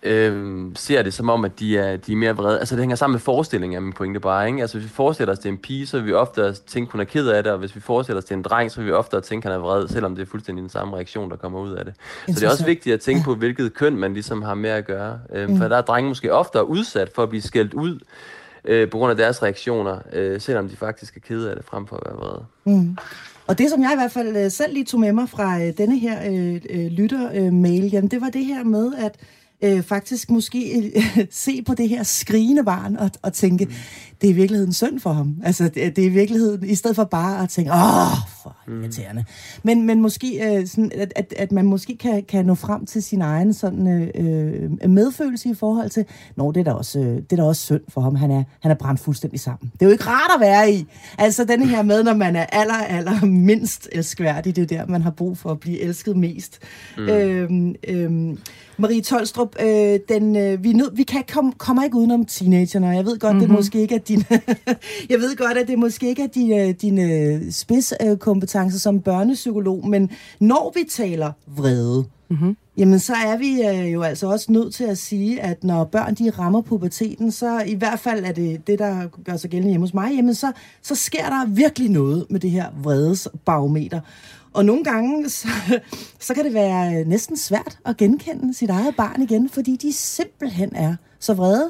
øh, ser det som om, at de er, de er mere vrede. Altså det hænger sammen med forestillingen af min pointe bare, ikke? Altså hvis vi forestiller os til en pige, så vil vi ofte tænke, hun er ked af det, og hvis vi forestiller os til en dreng, så vil vi ofte tænke, han er vred, selvom det er fuldstændig den samme reaktion, der kommer ud af det. Så det er også vigtigt at tænke på, hvilket køn man ligesom har med at gøre. Øh, mm. For der er drenge måske ofte udsat for at blive skældt ud, Øh, på grund af deres reaktioner, øh, selvom de faktisk er kede af det, frem for at være vrede. Mm. Og det, som jeg i hvert fald øh, selv lige tog med mig fra øh, denne her øh, øh, lytter-mail, øh, jamen det var det her med, at øh, faktisk måske øh, se på det her skrigende barn og, og tænke, mm. det er i virkeligheden synd for ham. Altså, det, det er i virkeligheden, i stedet for bare at tænke, åh, for irriterende. Mm. Men, men måske, øh, sådan, at, at, at man måske kan, kan nå frem til sin egen sådan, øh, medfølelse i forhold til, nå, det er da også, øh, det er da også synd for ham. Han er, han er brændt fuldstændig sammen. Det er jo ikke rart at være i. Altså, denne her med, når man er aller, aller mindst elskværdig, det er der, man har brug for at blive elsket mest. Mm. Øh, øh, Marie Tolstrup, øh, den, øh, vi, nød, vi kan kom, kommer ikke udenom teenagerne, og jeg ved godt, mm-hmm. det måske ikke er din, jeg ved godt, at det måske ikke er dine, dine spidskompetencer som børnepsykolog, men når vi taler vrede, mm-hmm. jamen så er vi øh, jo altså også nødt til at sige, at når børn de rammer puberteten, så i hvert fald er det det, der gør sig gældende hjemme hos mig, jamen så, så sker der virkelig noget med det her vredesbarometer. Og nogle gange, så, så kan det være næsten svært at genkende sit eget barn igen, fordi de simpelthen er så vrede.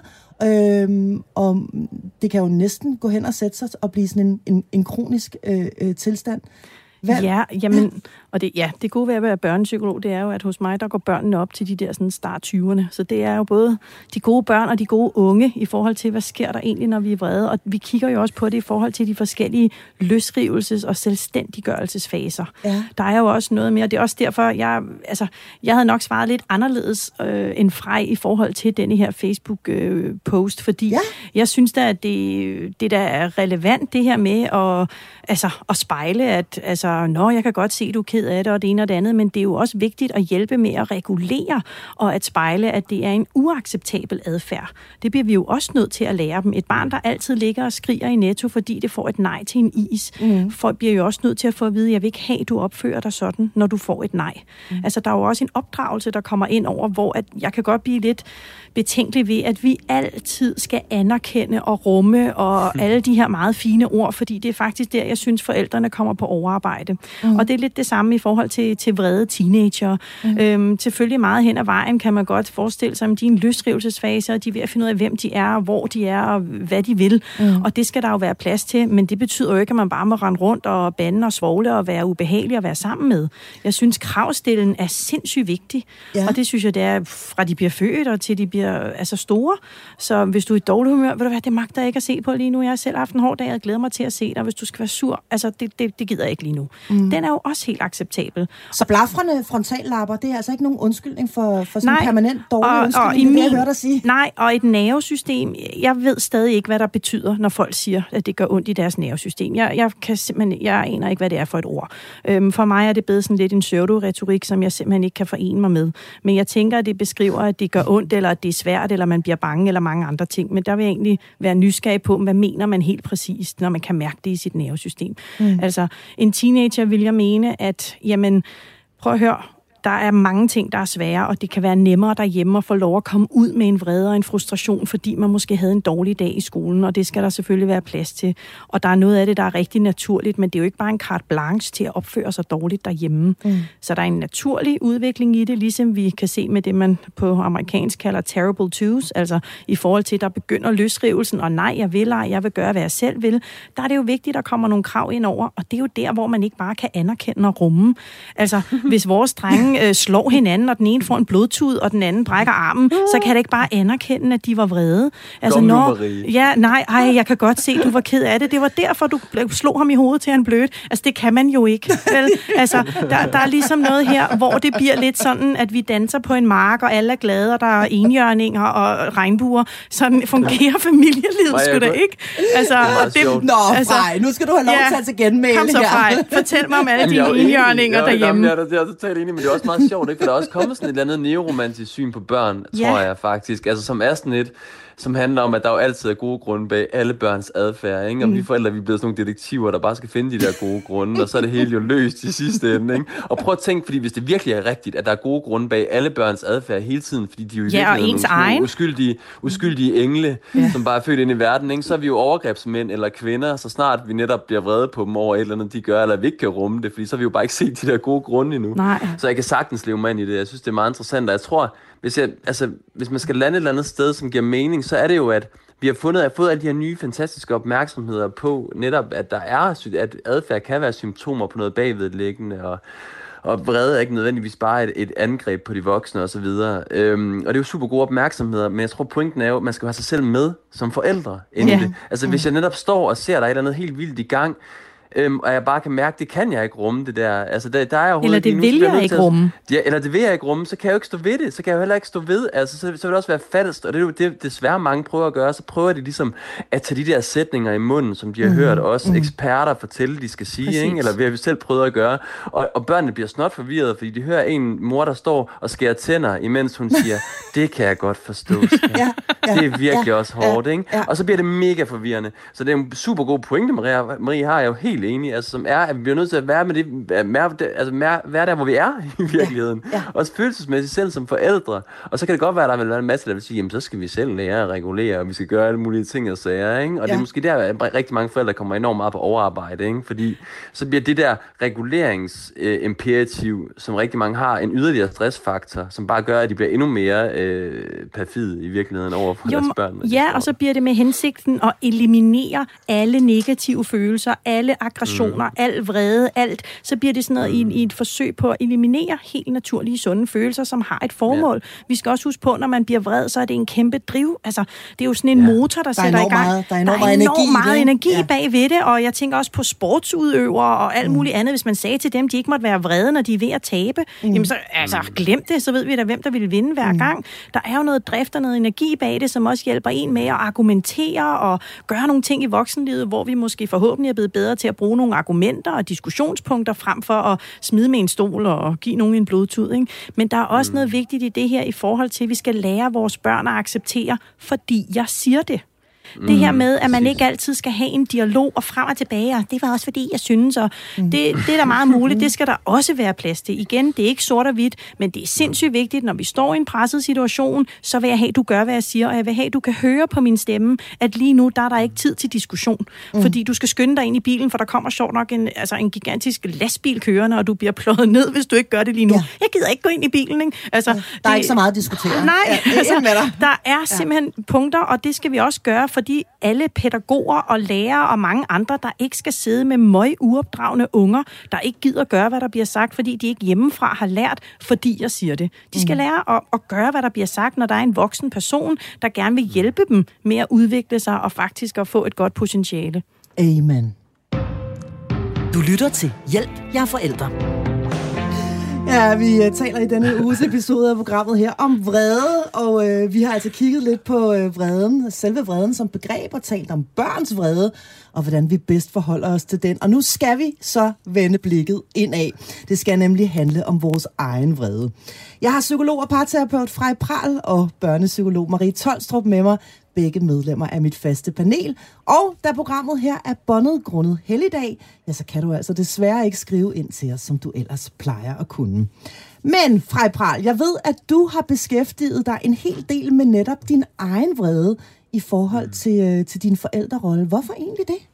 Øhm, og det kan jo næsten gå hen og sætte sig og blive sådan en, en, en kronisk øh, øh, tilstand. Hvad? Ja, jamen, og det, ja, det gode ved at være børnepsykolog, det er jo, at hos mig, der går børnene op til de der sådan start tyverne. Så det er jo både de gode børn og de gode unge i forhold til, hvad sker der egentlig, når vi er vrede. Og vi kigger jo også på det i forhold til de forskellige løsrivelses- og selvstændiggørelsesfaser. Ja. Der er jo også noget mere, det er også derfor, jeg, altså, jeg havde nok svaret lidt anderledes øh, end Frej i forhold til denne her Facebook-post, øh, fordi ja. jeg synes da, at det, det der er relevant, det her med at, altså, at spejle, at altså, nå, jeg kan godt se, at du er ked af det, og det ene og det andet, men det er jo også vigtigt at hjælpe med at regulere, og at spejle, at det er en uacceptabel adfærd. Det bliver vi jo også nødt til at lære dem. Et barn, der altid ligger og skriger i Netto, fordi det får et nej til en is, mm. folk bliver jo også nødt til at få at vide, at jeg vil ikke have, at du opfører dig sådan, når du får et nej. Mm. Altså, der er jo også en opdragelse, der kommer ind over, hvor at jeg kan godt blive lidt betænkelig ved, at vi altid skal anerkende og rumme og alle de her meget fine ord, fordi det er faktisk der, jeg synes, forældrene kommer på overarbejde. Mm. Og det er lidt det samme i forhold til, til vrede teenager. Mm. Øhm, selvfølgelig meget hen ad vejen kan man godt forestille sig, at de er en løsrivelsesfase, og de er ved at finde ud af, hvem de er, og hvor de er, og hvad de vil. Mm. Og det skal der jo være plads til, men det betyder jo ikke, at man bare må rende rundt og bande og svogle og være ubehagelig at være sammen med. Jeg synes, kravstillen er sindssygt vigtig, ja. Og det synes jeg, det er fra de bliver født og til de bliver altså store. Så hvis du er i dårlig humør, vil du være, det magter jeg ikke at se på lige nu. Jeg har selv haft en hård dag, jeg glæder mig til at se dig, hvis du skal være sur. Altså, det, det, det gider jeg ikke lige nu. Mm. Den er jo også helt acceptabel. acceptabel. Så blafrende frontallapper, det er altså ikke nogen undskyldning for, for sådan nej, en permanent dårlig og, undskyldning, og det er min, det, jeg hørte dig sige. Nej, og et nervesystem, jeg ved stadig ikke, hvad der betyder, når folk siger, at det gør ondt i deres nervesystem. Jeg, jeg, kan simpelthen, jeg aner ikke, hvad det er for et ord. Øhm, for mig er det bedre sådan lidt en pseudo-retorik, som jeg simpelthen ikke kan forene mig med. Men jeg tænker, at det beskriver, at det gør ondt, eller at det er svært, eller man bliver bange, eller mange andre ting. Men der vil jeg egentlig være nysgerrig på, hvad mener man helt præcist, når man kan mærke det i sit nervesystem. Mm. Altså, en teenager vil jeg mene, at, jamen, prøv at høre, der er mange ting, der er svære, og det kan være nemmere derhjemme at få lov at komme ud med en vrede og en frustration, fordi man måske havde en dårlig dag i skolen, og det skal der selvfølgelig være plads til. Og der er noget af det, der er rigtig naturligt, men det er jo ikke bare en carte blanche til at opføre sig dårligt derhjemme. Mm. Så der er en naturlig udvikling i det, ligesom vi kan se med det, man på amerikansk kalder terrible twos, altså i forhold til, der begynder løsrivelsen, og nej, jeg vil ej, jeg vil gøre, hvad jeg selv vil. Der er det jo vigtigt, at der kommer nogle krav ind over, og det er jo der, hvor man ikke bare kan anerkende og rumme. Altså, hvis vores drenge øh, slår hinanden, og den ene får en blodtud, og den anden brækker armen, så kan jeg da ikke bare anerkende, at de var vrede. Altså, Kom, når, Marie. ja, nej, ej, jeg kan godt se, du var ked af det. Det var derfor, du slog ham i hovedet til han blødt. Altså, det kan man jo ikke. Vel? Altså, der, der er ligesom noget her, hvor det bliver lidt sådan, at vi danser på en mark, og alle er glade, og der er enhjørninger og regnbuer. Sådan fungerer familielivet sgu da ikke. Altså, og det, Nå, altså, Frej, nu skal du have lov til at tage genmæle her. Kom så, Frej. Fortæl mig om alle dine enhjørninger derhjemme. Jeg er totalt enig, men det er også meget sjovt, ikke? For der er også kommet sådan et eller andet neoromantisk syn på børn, ja. tror jeg faktisk. Altså, som er sådan et, som handler om, at der jo altid er gode grunde bag alle børns adfærd, ikke? Og mm. vi forældre, vi er blevet sådan nogle detektiver, der bare skal finde de der gode grunde, og så er det hele jo løst i sidste ende, ikke? Og prøv at tænke, fordi hvis det virkelig er rigtigt, at der er gode grunde bag alle børns adfærd hele tiden, fordi de jo i ja, virkeligheden er nogle uskyldige, uskyldige engle, ja. som bare er født ind i verden, ikke? Så er vi jo overgrebsmænd eller kvinder, så snart vi netop bliver vrede på dem over et eller andet, de gør, eller vi ikke kan rumme det, fordi så har vi jo bare ikke set de der gode grunde endnu. Nej. Så jeg kan sagtens leve mig ind i det. Jeg synes, det er meget interessant, og jeg tror, hvis, jeg, altså, hvis man skal lande et eller andet sted, som giver mening, så er det jo, at vi har fundet, fået alle de her nye, fantastiske opmærksomheder på netop, at der er, at adfærd kan være symptomer på noget bagvedliggende, og, og vrede er ikke nødvendigvis bare et, et angreb på de voksne osv. Øhm, og det er jo super gode opmærksomheder, men jeg tror, pointen er jo, at man skal have sig selv med som forældre inden yeah. det. Altså, hvis jeg netop står og ser, der er et eller andet helt vildt i gang, Øhm, og jeg bare kan mærke, det kan jeg ikke rumme, det der. Altså, der, der er eller det nu, vil jeg, jeg ikke rumme. Ja, eller det vil jeg ikke rumme, så kan jeg jo ikke stå ved det. Så kan jeg jo heller ikke stå ved. Altså, så, så vil det også være fattigst. Og det er jo det, desværre mange prøver at gøre. Så prøver de ligesom at tage de der sætninger i munden, som de har mm-hmm. hørt også mm-hmm. eksperter fortælle, de skal sige. Ikke? Eller vi har selv prøvet at gøre. Og, og børnene bliver snot forvirret, fordi de hører en mor, der står og skærer tænder, imens hun siger, det kan jeg godt forstå. ja, ja, det er virkelig ja, også hårdt. Ikke? Ja. Og så bliver det mega forvirrende. Så det er en super god pointe, Maria, Marie har jeg jo helt enig, altså, som er, at vi bliver nødt til at være med det, være, altså være der, hvor vi er i virkeligheden. Ja, ja. Også følelsesmæssigt selv som forældre. Og så kan det godt være, at der vil være en masse, der vil sige, jamen så skal vi selv lære at regulere, og vi skal gøre alle mulige ting og sager, ikke? Og ja. det er måske der, at rigtig mange forældre kommer enormt meget på overarbejde, ikke? Fordi så bliver det der reguleringsimperativ, som rigtig mange har, en yderligere stressfaktor, som bare gør, at de bliver endnu mere øh, perfide i virkeligheden over for jo, deres børn. Ja, og så bliver det med hensigten at eliminere alle negative følelser, alle aggressioner, mm. al vrede, alt. Så bliver det sådan noget mm. i, i et forsøg på at eliminere helt naturlige, sunde følelser, som har et formål. Ja. Vi skal også huske på, når man bliver vred, så er det en kæmpe driv. Altså, det er jo sådan en ja. motor, der, der sætter i gang. Meget, der er enormt der er enormt energi, meget energi ja. bag ved det, og jeg tænker også på sportsudøvere og alt muligt mm. andet. Hvis man sagde til dem, de ikke måtte være vrede, når de er ved at tabe, mm. jamen så altså, glem det, så ved vi da, hvem der vil vinde hver mm. gang. Der er jo noget drift og noget energi bag det, som også hjælper en med at argumentere og gøre nogle ting i voksenlivet, hvor vi måske forhåbentlig er blevet bedre til at bruge nogle argumenter og diskussionspunkter frem for at smide med en stol og give nogen en blodtud. Ikke? Men der er også mm. noget vigtigt i det her i forhold til, at vi skal lære vores børn at acceptere, fordi jeg siger det. Mm, det her med, at man ikke altid skal have en dialog og frem og tilbage, og det var også fordi, jeg synes, og det, det er da meget muligt, det skal der også være plads til. Igen, det er ikke sort og hvidt, men det er sindssygt vigtigt, når vi står i en presset situation, så vil jeg have, at du gør, hvad jeg siger, og jeg vil have, at du kan høre på min stemme, at lige nu, der er der ikke tid til diskussion. Mm. Fordi du skal skynde dig ind i bilen, for der kommer sjovt nok en, altså en gigantisk lastbil kørende, og du bliver pløjet ned, hvis du ikke gør det lige nu. Ja. Jeg gider ikke gå ind i bilen, ikke? Altså, der er det, ikke så meget at diskutere. Nej, ja, altså, der er simpelthen ja. punkter, og det skal vi også gøre, fordi alle pædagoger og lærere og mange andre, der ikke skal sidde med møg uopdragne unger, der ikke gider gøre, hvad der bliver sagt, fordi de ikke hjemmefra har lært, fordi jeg siger det. De skal mm. lære at, at gøre, hvad der bliver sagt, når der er en voksen person, der gerne vil hjælpe dem med at udvikle sig og faktisk at få et godt potentiale. Amen. Du lytter til Hjælp, jeg er forældre. Ja, vi uh, taler i denne uges episode af programmet her om vrede, og uh, vi har altså kigget lidt på uh, vreden, selve vreden som begreb, og talt om børns vrede, og hvordan vi bedst forholder os til den. Og nu skal vi så vende blikket indad. Det skal nemlig handle om vores egen vrede. Jeg har psykolog og parterapeut Frej Pral og børnepsykolog Marie Tolstrup med mig, begge medlemmer af mit faste panel. Og da programmet her er båndet grundet helligdag, ja, så kan du altså desværre ikke skrive ind til os, som du ellers plejer at kunne. Men, Frej Pral, jeg ved, at du har beskæftiget dig en hel del med netop din egen vrede i forhold til, til din forældrerolle. Hvorfor egentlig det?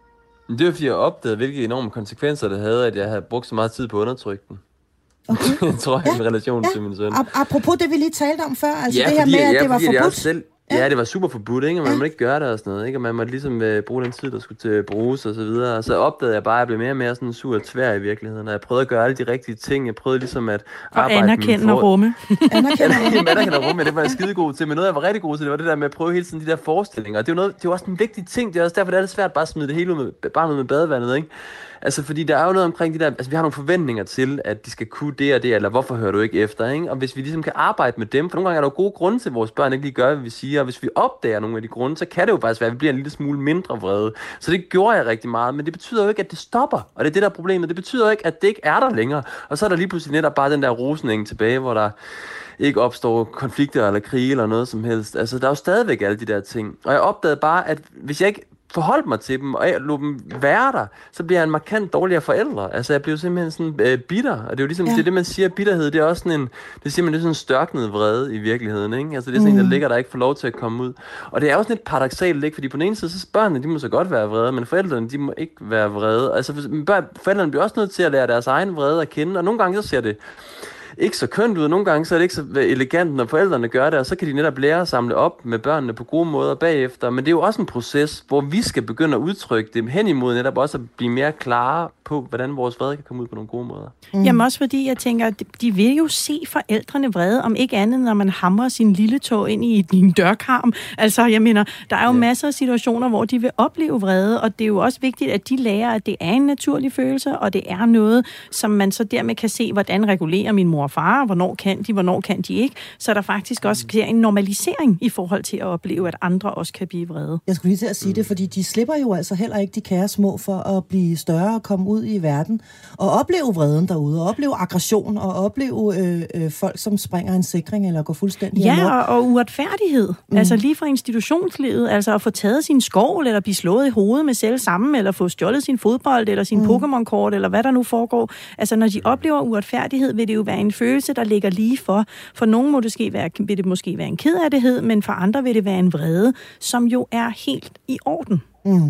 Det var, fordi jeg opdagede, hvilke enorme konsekvenser det havde, at jeg havde brugt så meget tid på at undertrykke den. Okay. Jeg tror, jeg ja. i relation ja. til min søn. Apropos det, vi lige talte om før, altså ja, det her fordi, med, at ja, det var forbudt. Selv, ja. ja, det var super forbudt, ikke? Og man ja. måtte ikke gøre det og sådan noget, ikke? Og man måtte ligesom uh, bruge den tid, der skulle til bruges og så videre. Og så opdagede jeg bare, at jeg blev mere og mere sådan sur og tvær i virkeligheden. Og jeg prøvede at gøre alle de rigtige ting. Jeg prøvede ligesom at og arbejde anerkende med... og rumme. Anerkende og rumme, det var jeg skidegod til. Men noget, jeg var rigtig god til, det var det der med at prøve hele tiden de der forestillinger. Og det er jo noget, det er også en vigtig ting. Det er også derfor, det er det svært bare at smide det hele ud med, bare ud med badevandet, ikke? Altså, fordi der er jo noget omkring de der... Altså, vi har nogle forventninger til, at de skal kunne det og det, eller hvorfor hører du ikke efter, ikke? Og hvis vi ligesom kan arbejde med dem, for nogle gange er der jo gode grunde til, at vores børn ikke lige gør, hvad vi siger, og hvis vi opdager nogle af de grunde, så kan det jo faktisk være, at vi bliver en lille smule mindre vrede. Så det gjorde jeg rigtig meget, men det betyder jo ikke, at det stopper, og det er det, der er problemet. Det betyder jo ikke, at det ikke er der længere, og så er der lige pludselig netop bare den der rosening tilbage, hvor der ikke opstår konflikter eller krige eller noget som helst. Altså, der er jo stadigvæk alle de der ting. Og jeg opdagede bare, at hvis jeg ikke forholdt mig til dem, og jeg lod dem være der, så bliver jeg en markant dårligere forældre. Altså, jeg blev simpelthen sådan øh, bitter, og det er jo ligesom, ja. det er det, man siger, bitterhed, det er også sådan en, det siger man, det er sådan en størknet vrede i virkeligheden, ikke? Altså, det er sådan mm. en, der ligger, der ikke får lov til at komme ud. Og det er også lidt paradoksalt, ikke? Fordi på den ene side, så børnene, de må så godt være vrede, men forældrene, de må ikke være vrede. Altså, børn, forældrene bliver også nødt til at lære deres egen vrede at kende, og nogle gange så ser det ikke så kønt ud, og nogle gange så er det ikke så elegant, når forældrene gør det, og så kan de netop lære at samle op med børnene på gode måder bagefter. Men det er jo også en proces, hvor vi skal begynde at udtrykke det hen imod netop også at blive mere klare på, hvordan vores vrede kan komme ud på nogle gode måder. Mm. Jamen også fordi, jeg tænker, de vil jo se forældrene vrede, om ikke andet, når man hamrer sin lille tog ind i din dørkarm. Altså, jeg mener, der er jo ja. masser af situationer, hvor de vil opleve vrede, og det er jo også vigtigt, at de lærer, at det er en naturlig følelse, og det er noget, som man så dermed kan se, hvordan regulerer min mor og far, hvornår kan de, hvornår kan de ikke, så der faktisk også sker en normalisering i forhold til at opleve, at andre også kan blive vrede. Jeg skulle lige til at sige det, fordi de slipper jo altså heller ikke de kære små for at blive større og komme ud i verden og opleve vreden derude, og opleve aggression, og opleve øh, øh, folk, som springer en sikring eller går fuldstændig ja, amok. og, og uretfærdighed. Mm. Altså lige fra institutionslivet, altså at få taget sin skovl, eller blive slået i hovedet med selv sammen, eller få stjålet sin fodbold, eller sin mm. Pokémon-kort, eller hvad der nu foregår. Altså når de oplever uretfærdighed, vil det jo være en følelse, der ligger lige for. For nogen må det måske være, vil det måske være en kederlighed, men for andre vil det være en vrede, som jo er helt i orden. Mm.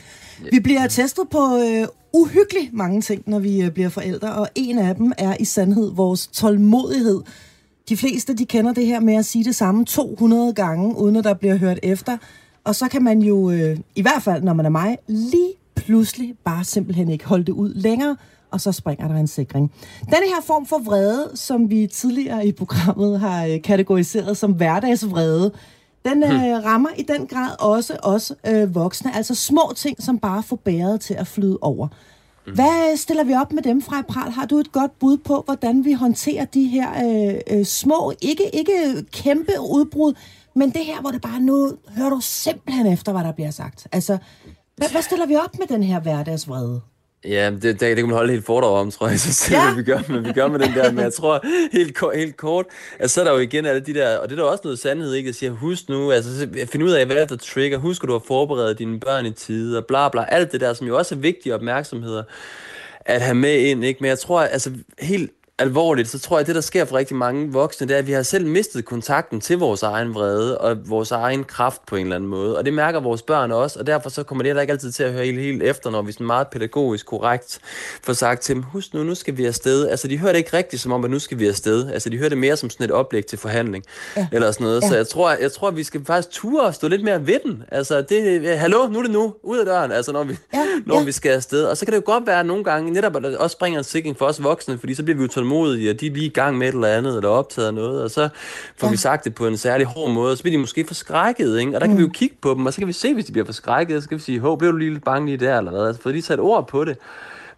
Vi bliver testet på øh, uhyggeligt mange ting, når vi øh, bliver forældre, og en af dem er i sandhed vores tålmodighed. De fleste, de kender det her med at sige det samme to hundrede gange, uden at der bliver hørt efter. Og så kan man jo, øh, i hvert fald når man er mig, lige pludselig bare simpelthen ikke holde det ud længere, og så springer der en sikring. Denne her form for vrede, som vi tidligere i programmet har øh, kategoriseret som hverdagsvrede, den øh, rammer i den grad også os øh, voksne, altså små ting, som bare får bæret til at flyde over. Hvad stiller vi op med dem, Frej Pral? Har du et godt bud på, hvordan vi håndterer de her øh, øh, små, ikke, ikke kæmpe udbrud, men det her, hvor det bare nu hører du simpelthen efter, hvad der bliver sagt. Altså, hvad, hvad stiller vi op med den her hverdagsvrede? Ja, det, det, det kan man holde helt foredrag om, tror jeg, så selv, ja. hvad vi gør, men vi gør med den der, men jeg tror helt, helt kort, altså så er der jo igen alle de der, og det er der også noget sandhed, ikke, at sige, husk nu, altså find ud af, hvad der trigger, husk at du har forberedt dine børn i tide, og bla bla, alt det der, som jo også er vigtige opmærksomheder at have med ind, ikke, men jeg tror, altså helt alvorligt, så tror jeg, at det, der sker for rigtig mange voksne, det er, at vi har selv mistet kontakten til vores egen vrede og vores egen kraft på en eller anden måde. Og det mærker vores børn også, og derfor så kommer det heller ikke altid til at høre helt, helt efter, når vi sådan meget pædagogisk korrekt får sagt til dem, husk nu, nu skal vi afsted. Altså, de hører det ikke rigtigt som om, at nu skal vi afsted. Altså, de hører det mere som sådan et oplæg til forhandling, ja. eller sådan noget. Ja. Så jeg tror, jeg tror, at vi skal faktisk ture og stå lidt mere ved den. Altså, det, hallo, nu er det nu, ud af døren, altså, når vi, ja. når ja. vi skal afsted. Og så kan det jo godt være, at nogle gange netop at også springer en sikring for os voksne, fordi så bliver vi jo tålmodige, og de er lige i gang med et eller andet, eller optaget noget, og så får ja. vi sagt det på en særlig hård måde, og så bliver de måske forskrækket, ikke? Og der kan mm. vi jo kigge på dem, og så kan vi se, hvis de bliver forskrækket, så kan vi sige, hov, blev du lige lidt bange lige der, eller hvad? Altså, får de sat ord på det.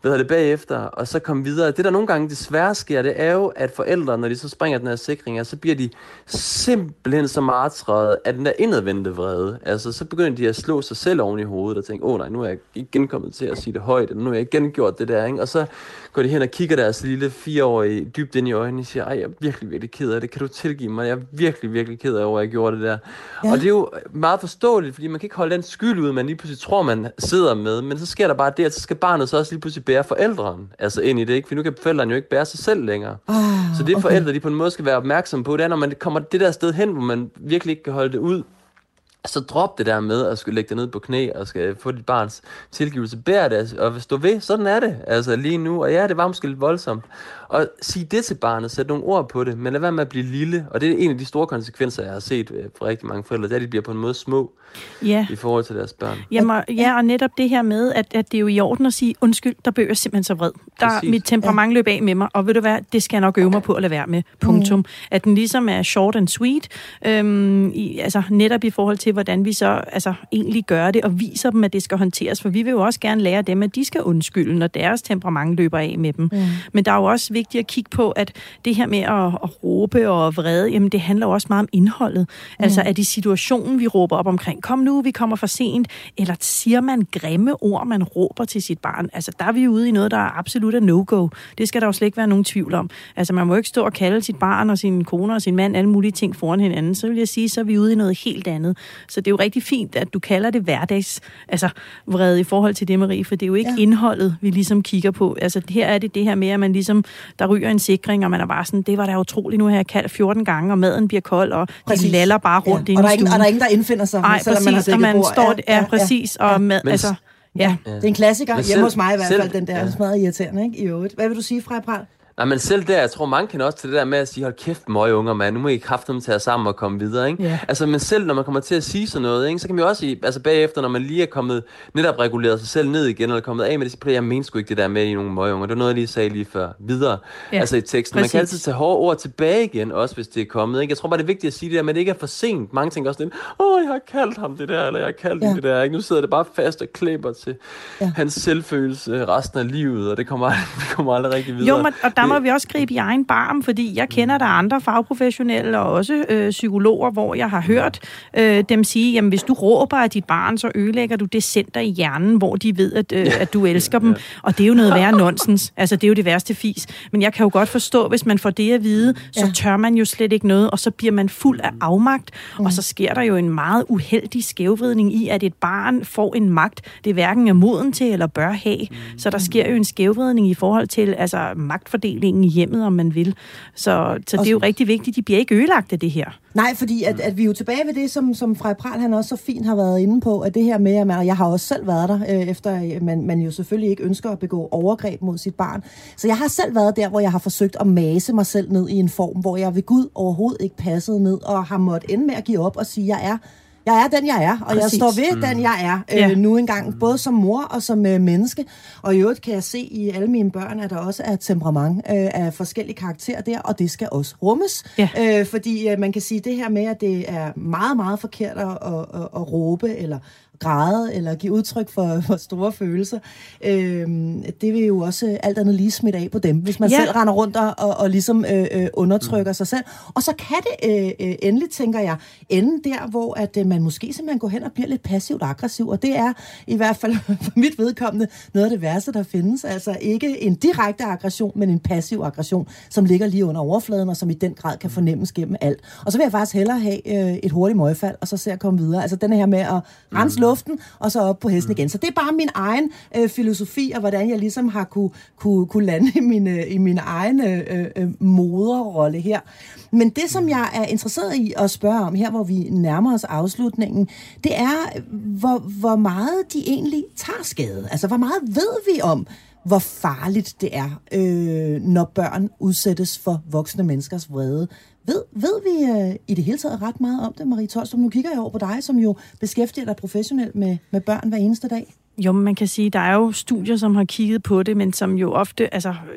hvad hedder det, bagefter, og så komme videre. Det, der nogle gange desværre sker, det er jo, at forældre, når de så springer den her sikring, så bliver de simpelthen så martret af den der indadvendte vrede. Altså, så begynder de at slå sig selv oven i hovedet og tænke, åh nej, nu er jeg igen kommet til at sige det højt, eller nu har jeg igen gjort det der, ikke? Og så går de hen og kigger deres lille fireårige dybt ind i øjnene og siger, ej, jeg er virkelig, virkelig ked af det. Kan du tilgive mig? Jeg er virkelig, virkelig ked af, at jeg gjorde det der. Ja. Og det er jo meget forståeligt, fordi man kan ikke holde den skyld ud, man lige pludselig tror, man sidder med, men så sker der bare det, at så skal barnet så også lige pludselig bære forældrene altså ind i det, ikke? For nu kan forældrene jo ikke bære sig selv længere. Oh, så det okay. Forældre, de på en måde skal være opmærksomme på, det er, når man kommer det der sted hen, hvor man virkelig ikke kan holde det ud, så drop det der med at skulle lægge det ned på knæ og skal få dit barns tilgivelse. Bær det og stå ved. Sådan er det altså lige nu. Og ja, det var måske lidt voldsomt. Og sig det til barnet, sæt nogle ord på det, men lad være med at blive lille. Og det er en af de store konsekvenser, jeg har set for rigtig mange forældre, det er, at de bliver på en måde små ja. I forhold til deres børn. Jamen, ja, og netop det her med, at, at det er jo i orden at sige, undskyld, der blev jeg simpelthen så vred. Der er mit temperament løb af med mig, og ved du hvad, det skal jeg nok øve mig på at lade være med. Punktum. Mm. At den ligesom er short and sweet, øhm, i, altså netop i forhold til, hvordan vi så altså, egentlig gør det, og viser dem, at det skal håndteres. For vi vil jo også gerne lære dem, at de skal undskylde, når deres temperament løber af med dem. Mm. Men der er jo også vigtigt at kigge på, at det her med at, at råbe og vrede, jamen det handler jo også meget om indholdet. Mm. Altså er det situationen, vi råber op omkring, kom nu, vi kommer for sent, eller siger man grimme ord, man råber til sit barn. Altså der er vi ude i noget, der absolut er no-go. Det skal der jo slet ikke være nogen tvivl om. Altså man må jo ikke stå og kalde sit barn og sin kone og sin mand alle mulige ting foran hinanden. Så vil jeg sige, så er vi ude i noget helt andet. Så det er jo rigtig fint, at du kalder det hverdags, altså vrede i forhold til det, Marie, for det er jo ikke ja. Indholdet, vi ligesom kigger på. Altså her er det det her med, at man ligesom, der ryger en sikring, og man er bare sådan, det var da utroligt, nu har jeg kaldt fjorten gange, og maden bliver kold, og præcis. De laller bare rundt ja. Inde i stuen. Og der er ingen, der indfinder sig, Ej, selvom præcis, man har man bord. står, ja, ja, ja, præcis, ja. Og med, Men, altså, ja. ja. Det er en klassiker, selv, hjemme hos mig i hvert fald, selv, den der ja. er meget irriterende, ikke? I øvrigt. Hvad vil du sige, Freja Pral? Nej, men selv der, jeg tror mange kan også til det der med at sige, hold kæft, møge unger, mand, nu må I kraftedeme tage sammen og komme videre, ikke? Yeah. Altså, men selv når man kommer til at sige sådan noget, ikke, så kan man jo også sige, altså bagefter, når man lige er kommet, netop reguleret sig selv ned igen, eller kommet af med det, så jeg mener sgu ikke det der med i nogle møge unger, det var noget, jeg lige sagde lige før, videre, yeah. altså i teksten. Præcis. Man kan altid tage hårde ord tilbage igen, også hvis det er kommet, ikke? Jeg tror bare, det er vigtigt at sige det der, men det ikke er for sent. Mange tænker også lidt, åh, jeg har kaldt ham det der, eller jeg har kaldt yeah. det der, ikke? Nu sidder det bare fast og klæber til yeah. hans selvfølelse resten af livet, og det kommer, det kommer aldrig rigtig videre. Jo, og der må det, vi også gribe i egen barm, fordi jeg kender der andre fagprofessionelle og også øh, psykologer, hvor jeg har hørt øh, dem sige, jamen hvis du råber af dit barn, så ødelægger du det center i hjernen, hvor de ved, at, øh, at du elsker dem. Og det er jo noget værre nonsens. Altså det er jo det værste fis. Men jeg kan jo godt forstå, hvis man får det at vide, så tør man jo slet ikke noget, og så bliver man fuld af afmagt, og så sker der jo en meget uheldig skævvridning i, at et barn får en magt, det hverken er moden til eller bør have. Så der sker jo en skævvridning i forhold til altså magtfordelingen i hjemmet, om man vil. Så, så det er jo rigtig vigtigt, de bliver ikke ødelagt af det her. Nej, fordi at, at vi er jo tilbage ved det, som, som Freja Pral han også så fint har været inde på, at det her med, at man, og jeg har også selv været der, øh, efter at man, man jo selvfølgelig ikke ønsker at begå overgreb mod sit barn. Så jeg har selv været der, hvor jeg har forsøgt at mase mig selv ned i en form, hvor jeg ved Gud overhovedet ikke passede ned, og har måttet ende med at give op og sige, at jeg er Jeg er den, jeg er, og Præcis. Jeg står ved den, jeg er, øh, ja. nu engang, både som mor og som øh, menneske. Og i øvrigt kan jeg se i alle mine børn, at der også er temperament øh, af forskellige karakterer der, og det skal også rummes. Ja. Øh, fordi øh, man kan sige det her med, at det er meget, meget forkert at, at, at, at råbe eller græde eller give udtryk for, for store følelser. Øh, det vil jo også alt andet lige smitte af på dem, hvis man ja. selv render rundt og, og, og ligesom øh, øh, undertrykker mm. sig selv. Og så kan det øh, øh, endelig, tænker jeg, ende der, hvor at, øh, man måske simpelthen går hen og bliver lidt passivt aggressiv, og det er i hvert fald for mit vedkommende noget af det værste, der findes. Altså ikke en direkte aggression, men en passiv aggression, som ligger lige under overfladen, og som i den grad kan fornemmes gennem alt. Og så vil jeg faktisk hellere have øh, et hurtigt møgfald, og så se at komme videre. Altså den her med at rense luften, og så op på hesten igen. Så det er bare min egen øh, filosofi, og hvordan jeg ligesom har kunne, kunne, kunne lande i min, øh, i min egen øh, øh, moderrolle her. Men det, som jeg er interesseret i at spørge om her, hvor vi nærmer os afslutningen, det er, hvor, hvor meget de egentlig tager skade. Altså, hvor meget ved vi om, hvor farligt det er, øh, når børn udsættes for voksne menneskers vrede. Ved, ved vi øh, i det hele taget ret meget om det, Marie Tolstrup? Nu kigger jeg over på dig, som jo beskæftiger dig professionelt med, med børn hver eneste dag. Jo, man kan sige, der er jo studier, som har kigget på det, men som jo ofte, altså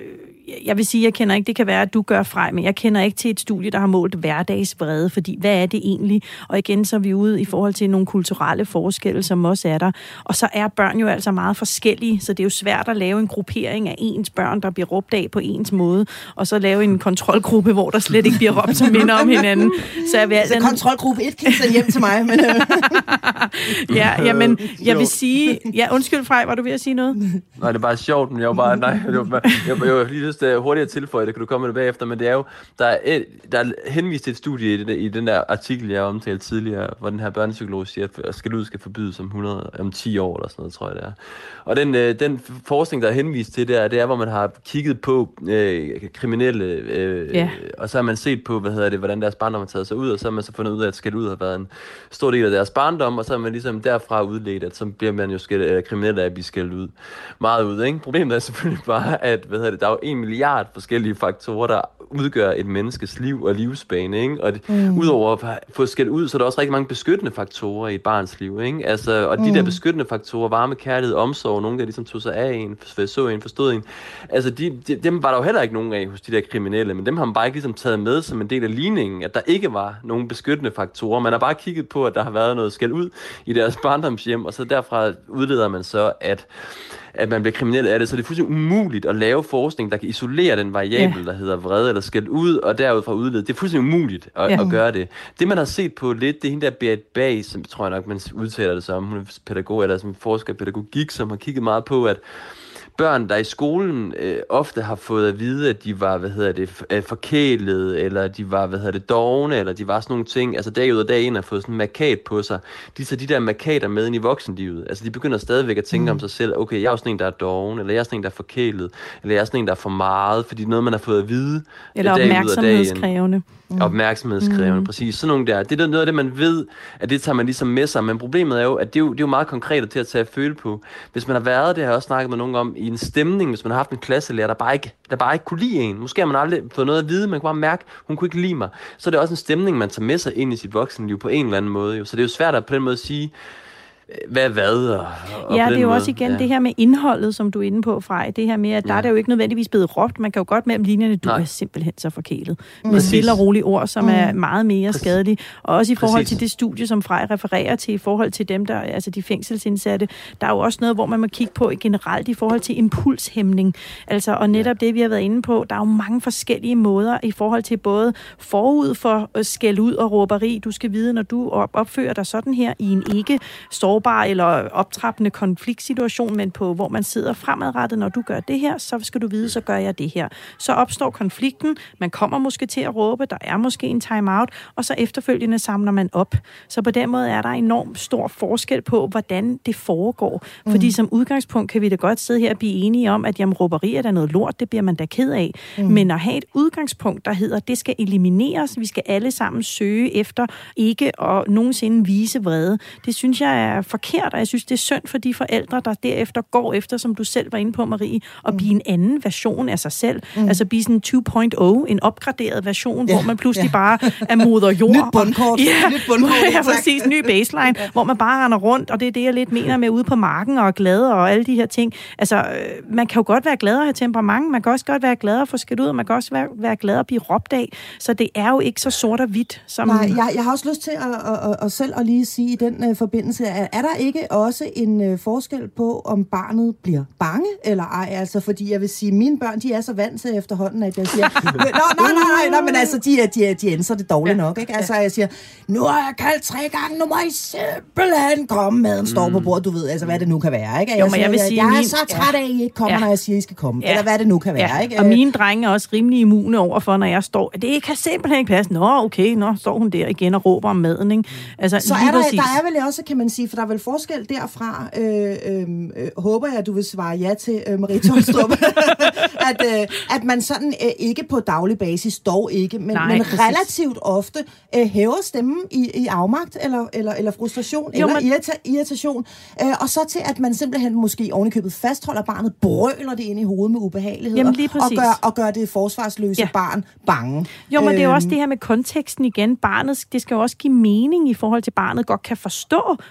jeg vil sige, jeg kender ikke, det kan være, at du gør fejl, men jeg kender ikke til et studie, der har målt hverdagsvrede, fordi hvad er det egentlig? Og igen, så er vi ude i forhold til nogle kulturelle forskelle, som også er der. Og så er børn jo altså meget forskellige, så det er jo svært at lave en gruppering af ens børn, der bliver råbt af på ens måde, og så lave en kontrolgruppe, hvor der slet ikke bliver råbt, som minder om hinanden. Så jeg vil altså, kontrolgruppe et kan sende hjem til mig, men... ja, jamen, jeg vil sige... Ja, undskyld, Frej, var du ved at sige noget? Nej, det er bare sjovt, men jeg var bare... Nej, jeg var, jeg var, jeg var lige lyst til hurtigt at tilføje, det kan du komme med det bagefter, men det er jo... Der er, et, der er henvist til et studie i den, i den der artikel, jeg omtalte tidligere, hvor den her børnepsykolog siger, at skal ud skal forbydes om, hundrede, om ti år eller sådan noget, tror jeg det er. Og den, den forskning, der er henvist til, det er, det er, hvor man har kigget på øh, kriminelle, øh, yeah. og så har man set på, hvad hedder det, hvordan deres barndom har taget sig ud, og så har man så fundet ud af, at skæld ud har været en stor del af deres barndom, og så har man ligesom derfra udledt, at så bliver man jo skæld, øh, kriminelle af at blive skældt ud. Meget ud, ikke? Problemet er selvfølgelig bare, at hvad hedder det, der er jo en milliard forskellige faktorer, der udgør et menneskes liv og livsbane, ikke? Og det, mm. udover at få skældt ud, så er der også rigtig mange beskyttende faktorer i et barns liv, ikke? Altså, og de mm. der beskyttende faktorer, varme, kærlighed, omsorg, nogen der ligesom tog sig af en, så en, forstod en, altså de, de, dem var der jo heller ikke nogen af hos de der kriminelle, men dem har man bare ikke ligesom taget med som en del af ligningen, at der ikke var nogen beskyttende faktorer. Man har bare kigget på, at der har været noget skæld ud i deres barndomshjem, og så derfra udleder man så, at at man bliver kriminel af det, så det er fuldstændig umuligt at lave forskning, der kan isolere den variabel, ja. der hedder vrede eller skæld ud, og derudfra udlede. Det er fuldstændig umuligt at, ja. at gøre det. Det, man har set på lidt, det er hende der Berit Bag, som tror jeg nok, man udtaler det som, hun er pædagog, eller som forsker i pædagogik, som har kigget meget på, at børn, der i skolen øh, ofte har fået at vide, at de var, hvad hedder det, forkælede, eller de var, hvad hedder det, dovne, eller de var sådan nogle ting, altså dag ud og dag ind har fået sådan en markat på sig. De tager de der markater med ind i voksenlivet. Altså de begynder stadigvæk at tænke mm. om sig selv, okay, jeg er jo sådan en, der er doven, eller jeg er sådan en, der er forkælet, eller jeg er sådan en, der er for meget, fordi det er noget, man har fået at vide. Eller opmærksomhedskrævende. Mm. Opmærksomhedskrævende, mm. præcis. Sådan nogle der. Det er noget af det, man ved, at det tager man ligesom med sig. Men problemet er jo, at det er jo, det er jo meget konkret til at tage at føle på. Hvis man har været, det har jeg også snakket med nogen om, i en stemning, hvis man har haft en klasselærer, der bare ikke, der bare ikke kunne lide en. Måske har man aldrig fået noget at vide, man kunne bare mærke, hun kunne ikke lide mig. Så er det også en stemning, man tager med sig ind i sit voksenliv på en eller anden måde. Jo. Så det er jo svært at på den måde sige, hvad er hvad? Og, og ja, det er jo måde. også igen ja. det her med indholdet, som du er inde på, Frej. Det her med, at der ja. er det jo ikke nødvendigvis blevet råbt. Man kan jo godt mellem linjerne, du Nej. er simpelthen så forkælet. Mm. Med stille og rolige ord, som mm. er meget mere Præcis. skadelige. Og også i forhold Præcis. til det studie, som Frej refererer til, i forhold til dem, der, altså de fængselsindsatte, der er jo også noget, hvor man må kigge på generelt i forhold til impulshæmning. Altså, og netop ja. det, vi har været inde på, der er jo mange forskellige måder i forhold til både forud for skæld ud og råberi. Du skal vide, når du opfører dig sådan her i en ikke sårbar eller optrappende konfliktsituation, men på hvor man sidder fremadrettet, når du gør det her, så skal du vide, så gør jeg det her. Så opstår konflikten, man kommer måske til at råbe, der er måske en time-out, og så efterfølgende samler man op. Så på den måde er der enormt stor forskel på, hvordan det foregår. Mm. Fordi som udgangspunkt kan vi da godt sidde her og blive enige om, at jamen, råberi er der noget lort, det bliver man da ked af. Mm. Men at have et udgangspunkt, der hedder, det skal elimineres, vi skal alle sammen søge efter ikke at nogensinde vise vrede, det synes jeg er forkert, og jeg synes, det er synd for de forældre, der derefter går efter, som du selv var inde på, Marie, at blive en anden version af sig selv. Mm. Altså blive sådan to punkt nul, en opgraderet version, ja, hvor man pludselig ja. bare er moder jord. Nyt bundkort. Ja, Nyt bundkort, ja, præcis, ny baseline, ja. hvor man bare render rundt, og det er det, jeg lidt mener med ude på marken og er glad og alle de her ting. Altså, man kan jo godt være glad at have temperament, man kan også godt være glad at få skidt ud, og man kan også være, være glad at blive råbt af. Så det er jo ikke så sort og hvidt. Som... Nej, jeg, jeg har også lyst til at, at, at, at selv at lige sige i den uh, forbindelse, er, er der ikke også en uh, forskel på, om barnet bliver bange eller ej? Altså, fordi jeg vil sige, mine børn, de er så vant til efterhånden, at jeg siger, nå, nej, nej, nej, nej, men altså, de, de, de ændrer det dårligt ja. nok, ikke? Altså, jeg siger, nu har jeg kaldt tre gange, nu må I simpelthen komme med, en står på bordet, du ved, altså, hvad det nu kan være, ikke? Jo, men jeg vil sige, jeg er min... så træt af, at I ikke kommer, ja. når jeg siger, I skal komme, ja. eller hvad det nu kan være, ja. ikke? Og mine drenge er også rimelig immune overfor, når jeg står, det kan simpelthen ikke passe. Nå, okay, nå, står hun der igen og råber om maden, ikke? Altså, så er der, der er vel også, kan man sige, for der er vel forskel derfra, øh, øh, øh, håber jeg, du vil svare ja til, øh, Marie Tolstrup, at, øh, at man sådan øh, ikke på daglig basis, dog ikke, men, Nej, men relativt ofte øh, hæver stemmen i, i afmagt, eller, eller, eller frustration, jo, eller men... irrita- irritation, øh, og så til, at man simpelthen måske ovenikøbet fastholder barnet, brøler det ind i hovedet med ubehageligheder, og gør, og gør det forsvarsløse ja. barn bange. Jo, men det er jo også det her med konteksten igen. Barnet, det skal jo også give mening i forhold til, barnet godt kan forstå, hvorfor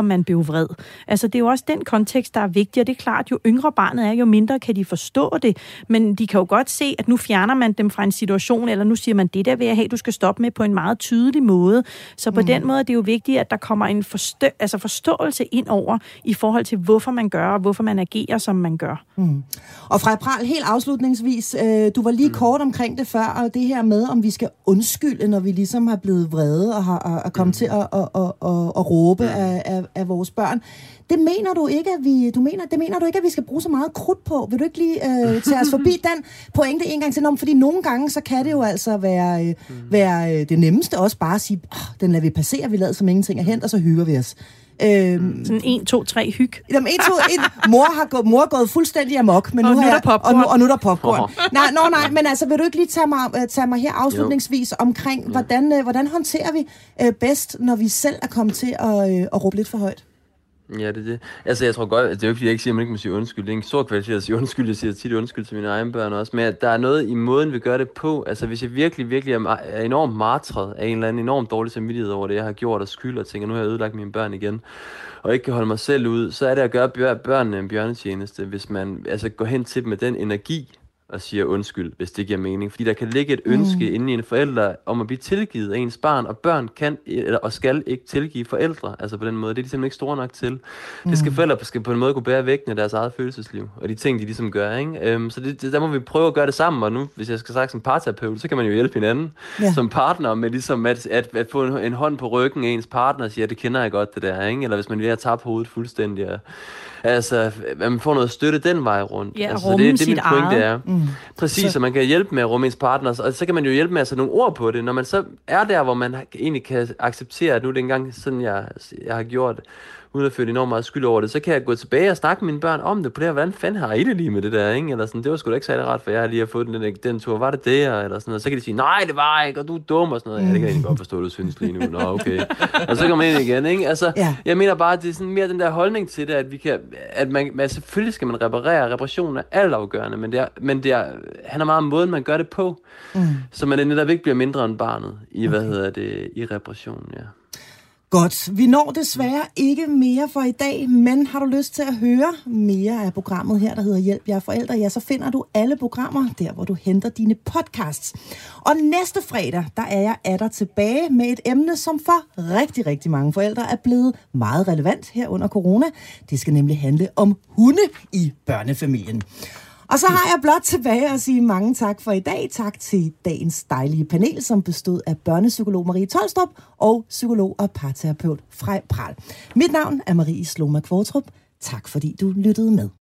man blev vred. Altså, det er jo også den kontekst, der er vigtig, og det er klart, jo yngre barnet er, jo mindre kan de forstå det, men de kan jo godt se, at nu fjerner man dem fra en situation, eller nu siger man, det der vil jeg have, du skal stoppe med på en meget tydelig måde. Så på mm. den måde er det jo vigtigt, at der kommer en forstå- altså forståelse ind over, i forhold til, hvorfor man gør, og hvorfor man agerer, som man gør. Mm. Og Freja Pral, helt afslutningsvis, øh, du var lige mm. kort omkring det før, og det her med, om vi skal undskylde, når vi ligesom har blevet vrede og har og, og kommet mm. til at og, og, og, og råbe mm. af, af, af vores børn. Det mener du ikke, at vi, du mener, det mener du ikke, at vi skal bruge så meget krudt på. Vil du ikke lige øh, tage os forbi den pointe en gang til? Nå, fordi nogle gange, så kan det jo altså være, øh, være øh, det nemmeste også bare at sige, oh, den lader vi passere, vi lader som ingenting er hent, og så hygger vi os. Øhm, Sådan en, to, tre hyg. Jamen, en, to, en, mor har gået, mor er gået fuldstændig amok, men og nu, nu er der popcorn. Og nu, og nu er der popcorn. Oh. Nej, no, nej, men altså, vil du ikke lige tage mig, tage mig her afslutningsvis omkring, ja. hvordan, øh, hvordan håndterer vi øh, bedst, når vi selv er kommet til at, øh, at råbe lidt for højt? Ja, det er det. Altså, jeg tror godt, det er jo ikke, fordi jeg ikke siger, at man ikke må sige undskyld. Det er en stor kvalitet at sige undskyld. Jeg siger tit undskyld til mine egne børn også. Men der er noget i måden, vi gør det på. Altså, hvis jeg virkelig, virkelig er enormt martret af en eller anden enormt dårlig samvittighed over det, jeg har gjort og skyld, og tænker, nu har jeg ødelagt mine børn igen, og ikke kan holde mig selv ud, så er det at gøre børnene en bjørnetjeneste, hvis man altså går hen til dem med den energi, og siger undskyld, hvis det giver mening. Fordi der kan ligge et ønske mm. inde i en forælder om at blive tilgivet af ens barn, og børn kan eller, og skal ikke tilgive forældre. Altså på den måde. Det er de simpelthen ikke store nok til. Mm. Det skal forældre skal på en måde kunne bære vægten af deres eget følelsesliv, og de ting, de ligesom gør. Ikke? Um, så det, det, der må vi prøve at gøre det sammen, og nu, hvis jeg skal sagt som parterapeut, så kan man jo hjælpe hinanden ja. som partner med ligesom at, at, at få en, en hånd på ryggen af ens partner og sige, at det kender jeg godt det der. Ikke? Eller hvis man lige har tabt hovedet fuldstændig. Og, altså, man får noget støtte den vej rundt. Ja, altså, det, det min pointe er. Mm. Præcis, så. så man kan hjælpe med at rumme ens partner, og så kan man jo hjælpe med at sætte nogle ord på det. Når man så er der, hvor man egentlig kan acceptere, at nu er det engang sådan, jeg, jeg har gjort, uden at føle enormt meget skyld over det, så kan jeg gå tilbage og snakke med mine børn om det, på det her, hvordan fanden har I det lige med det der, ikke? Eller sådan, det var sgu da ikke særlig ret, for jeg har lige fået den, den, den tur, var det det, eller sådan noget. Så kan de sige, nej, det var ikke, og du er dum, og sådan noget. Ja, det kan jeg egentlig godt forstå, du synes lige nu. Nå, okay. Og så kommer man ind igen, ikke? Altså, ja. jeg mener bare, at det er sådan mere den der holdning til det, at vi kan, at man, man selvfølgelig skal man reparere, reparationen er altafgørende, men det er, men det er, handler meget om måden, man gør det på, mm. så man netop ikke bliver mindre end barnet i, okay. hvad hedder det, i reparationen, ja. Godt. Vi når desværre ikke mere for i dag, men har du lyst til at høre mere af programmet her, der hedder Hjælp jer forældre, ja, så finder du alle programmer der, hvor du henter dine podcasts. Og næste fredag, der er jeg atter tilbage med et emne, som for rigtig, rigtig mange forældre er blevet meget relevant her under corona. Det skal nemlig handle om hunde i børnefamilien. Og så har jeg blot tilbage at sige mange tak for i dag. Tak til dagens dejlige panel, som bestod af børnepsykolog Marie Tolstrup og psykolog og parterapeut Freja Pral. Mit navn er Marie Sloma Kvartrup. Tak fordi du lyttede med.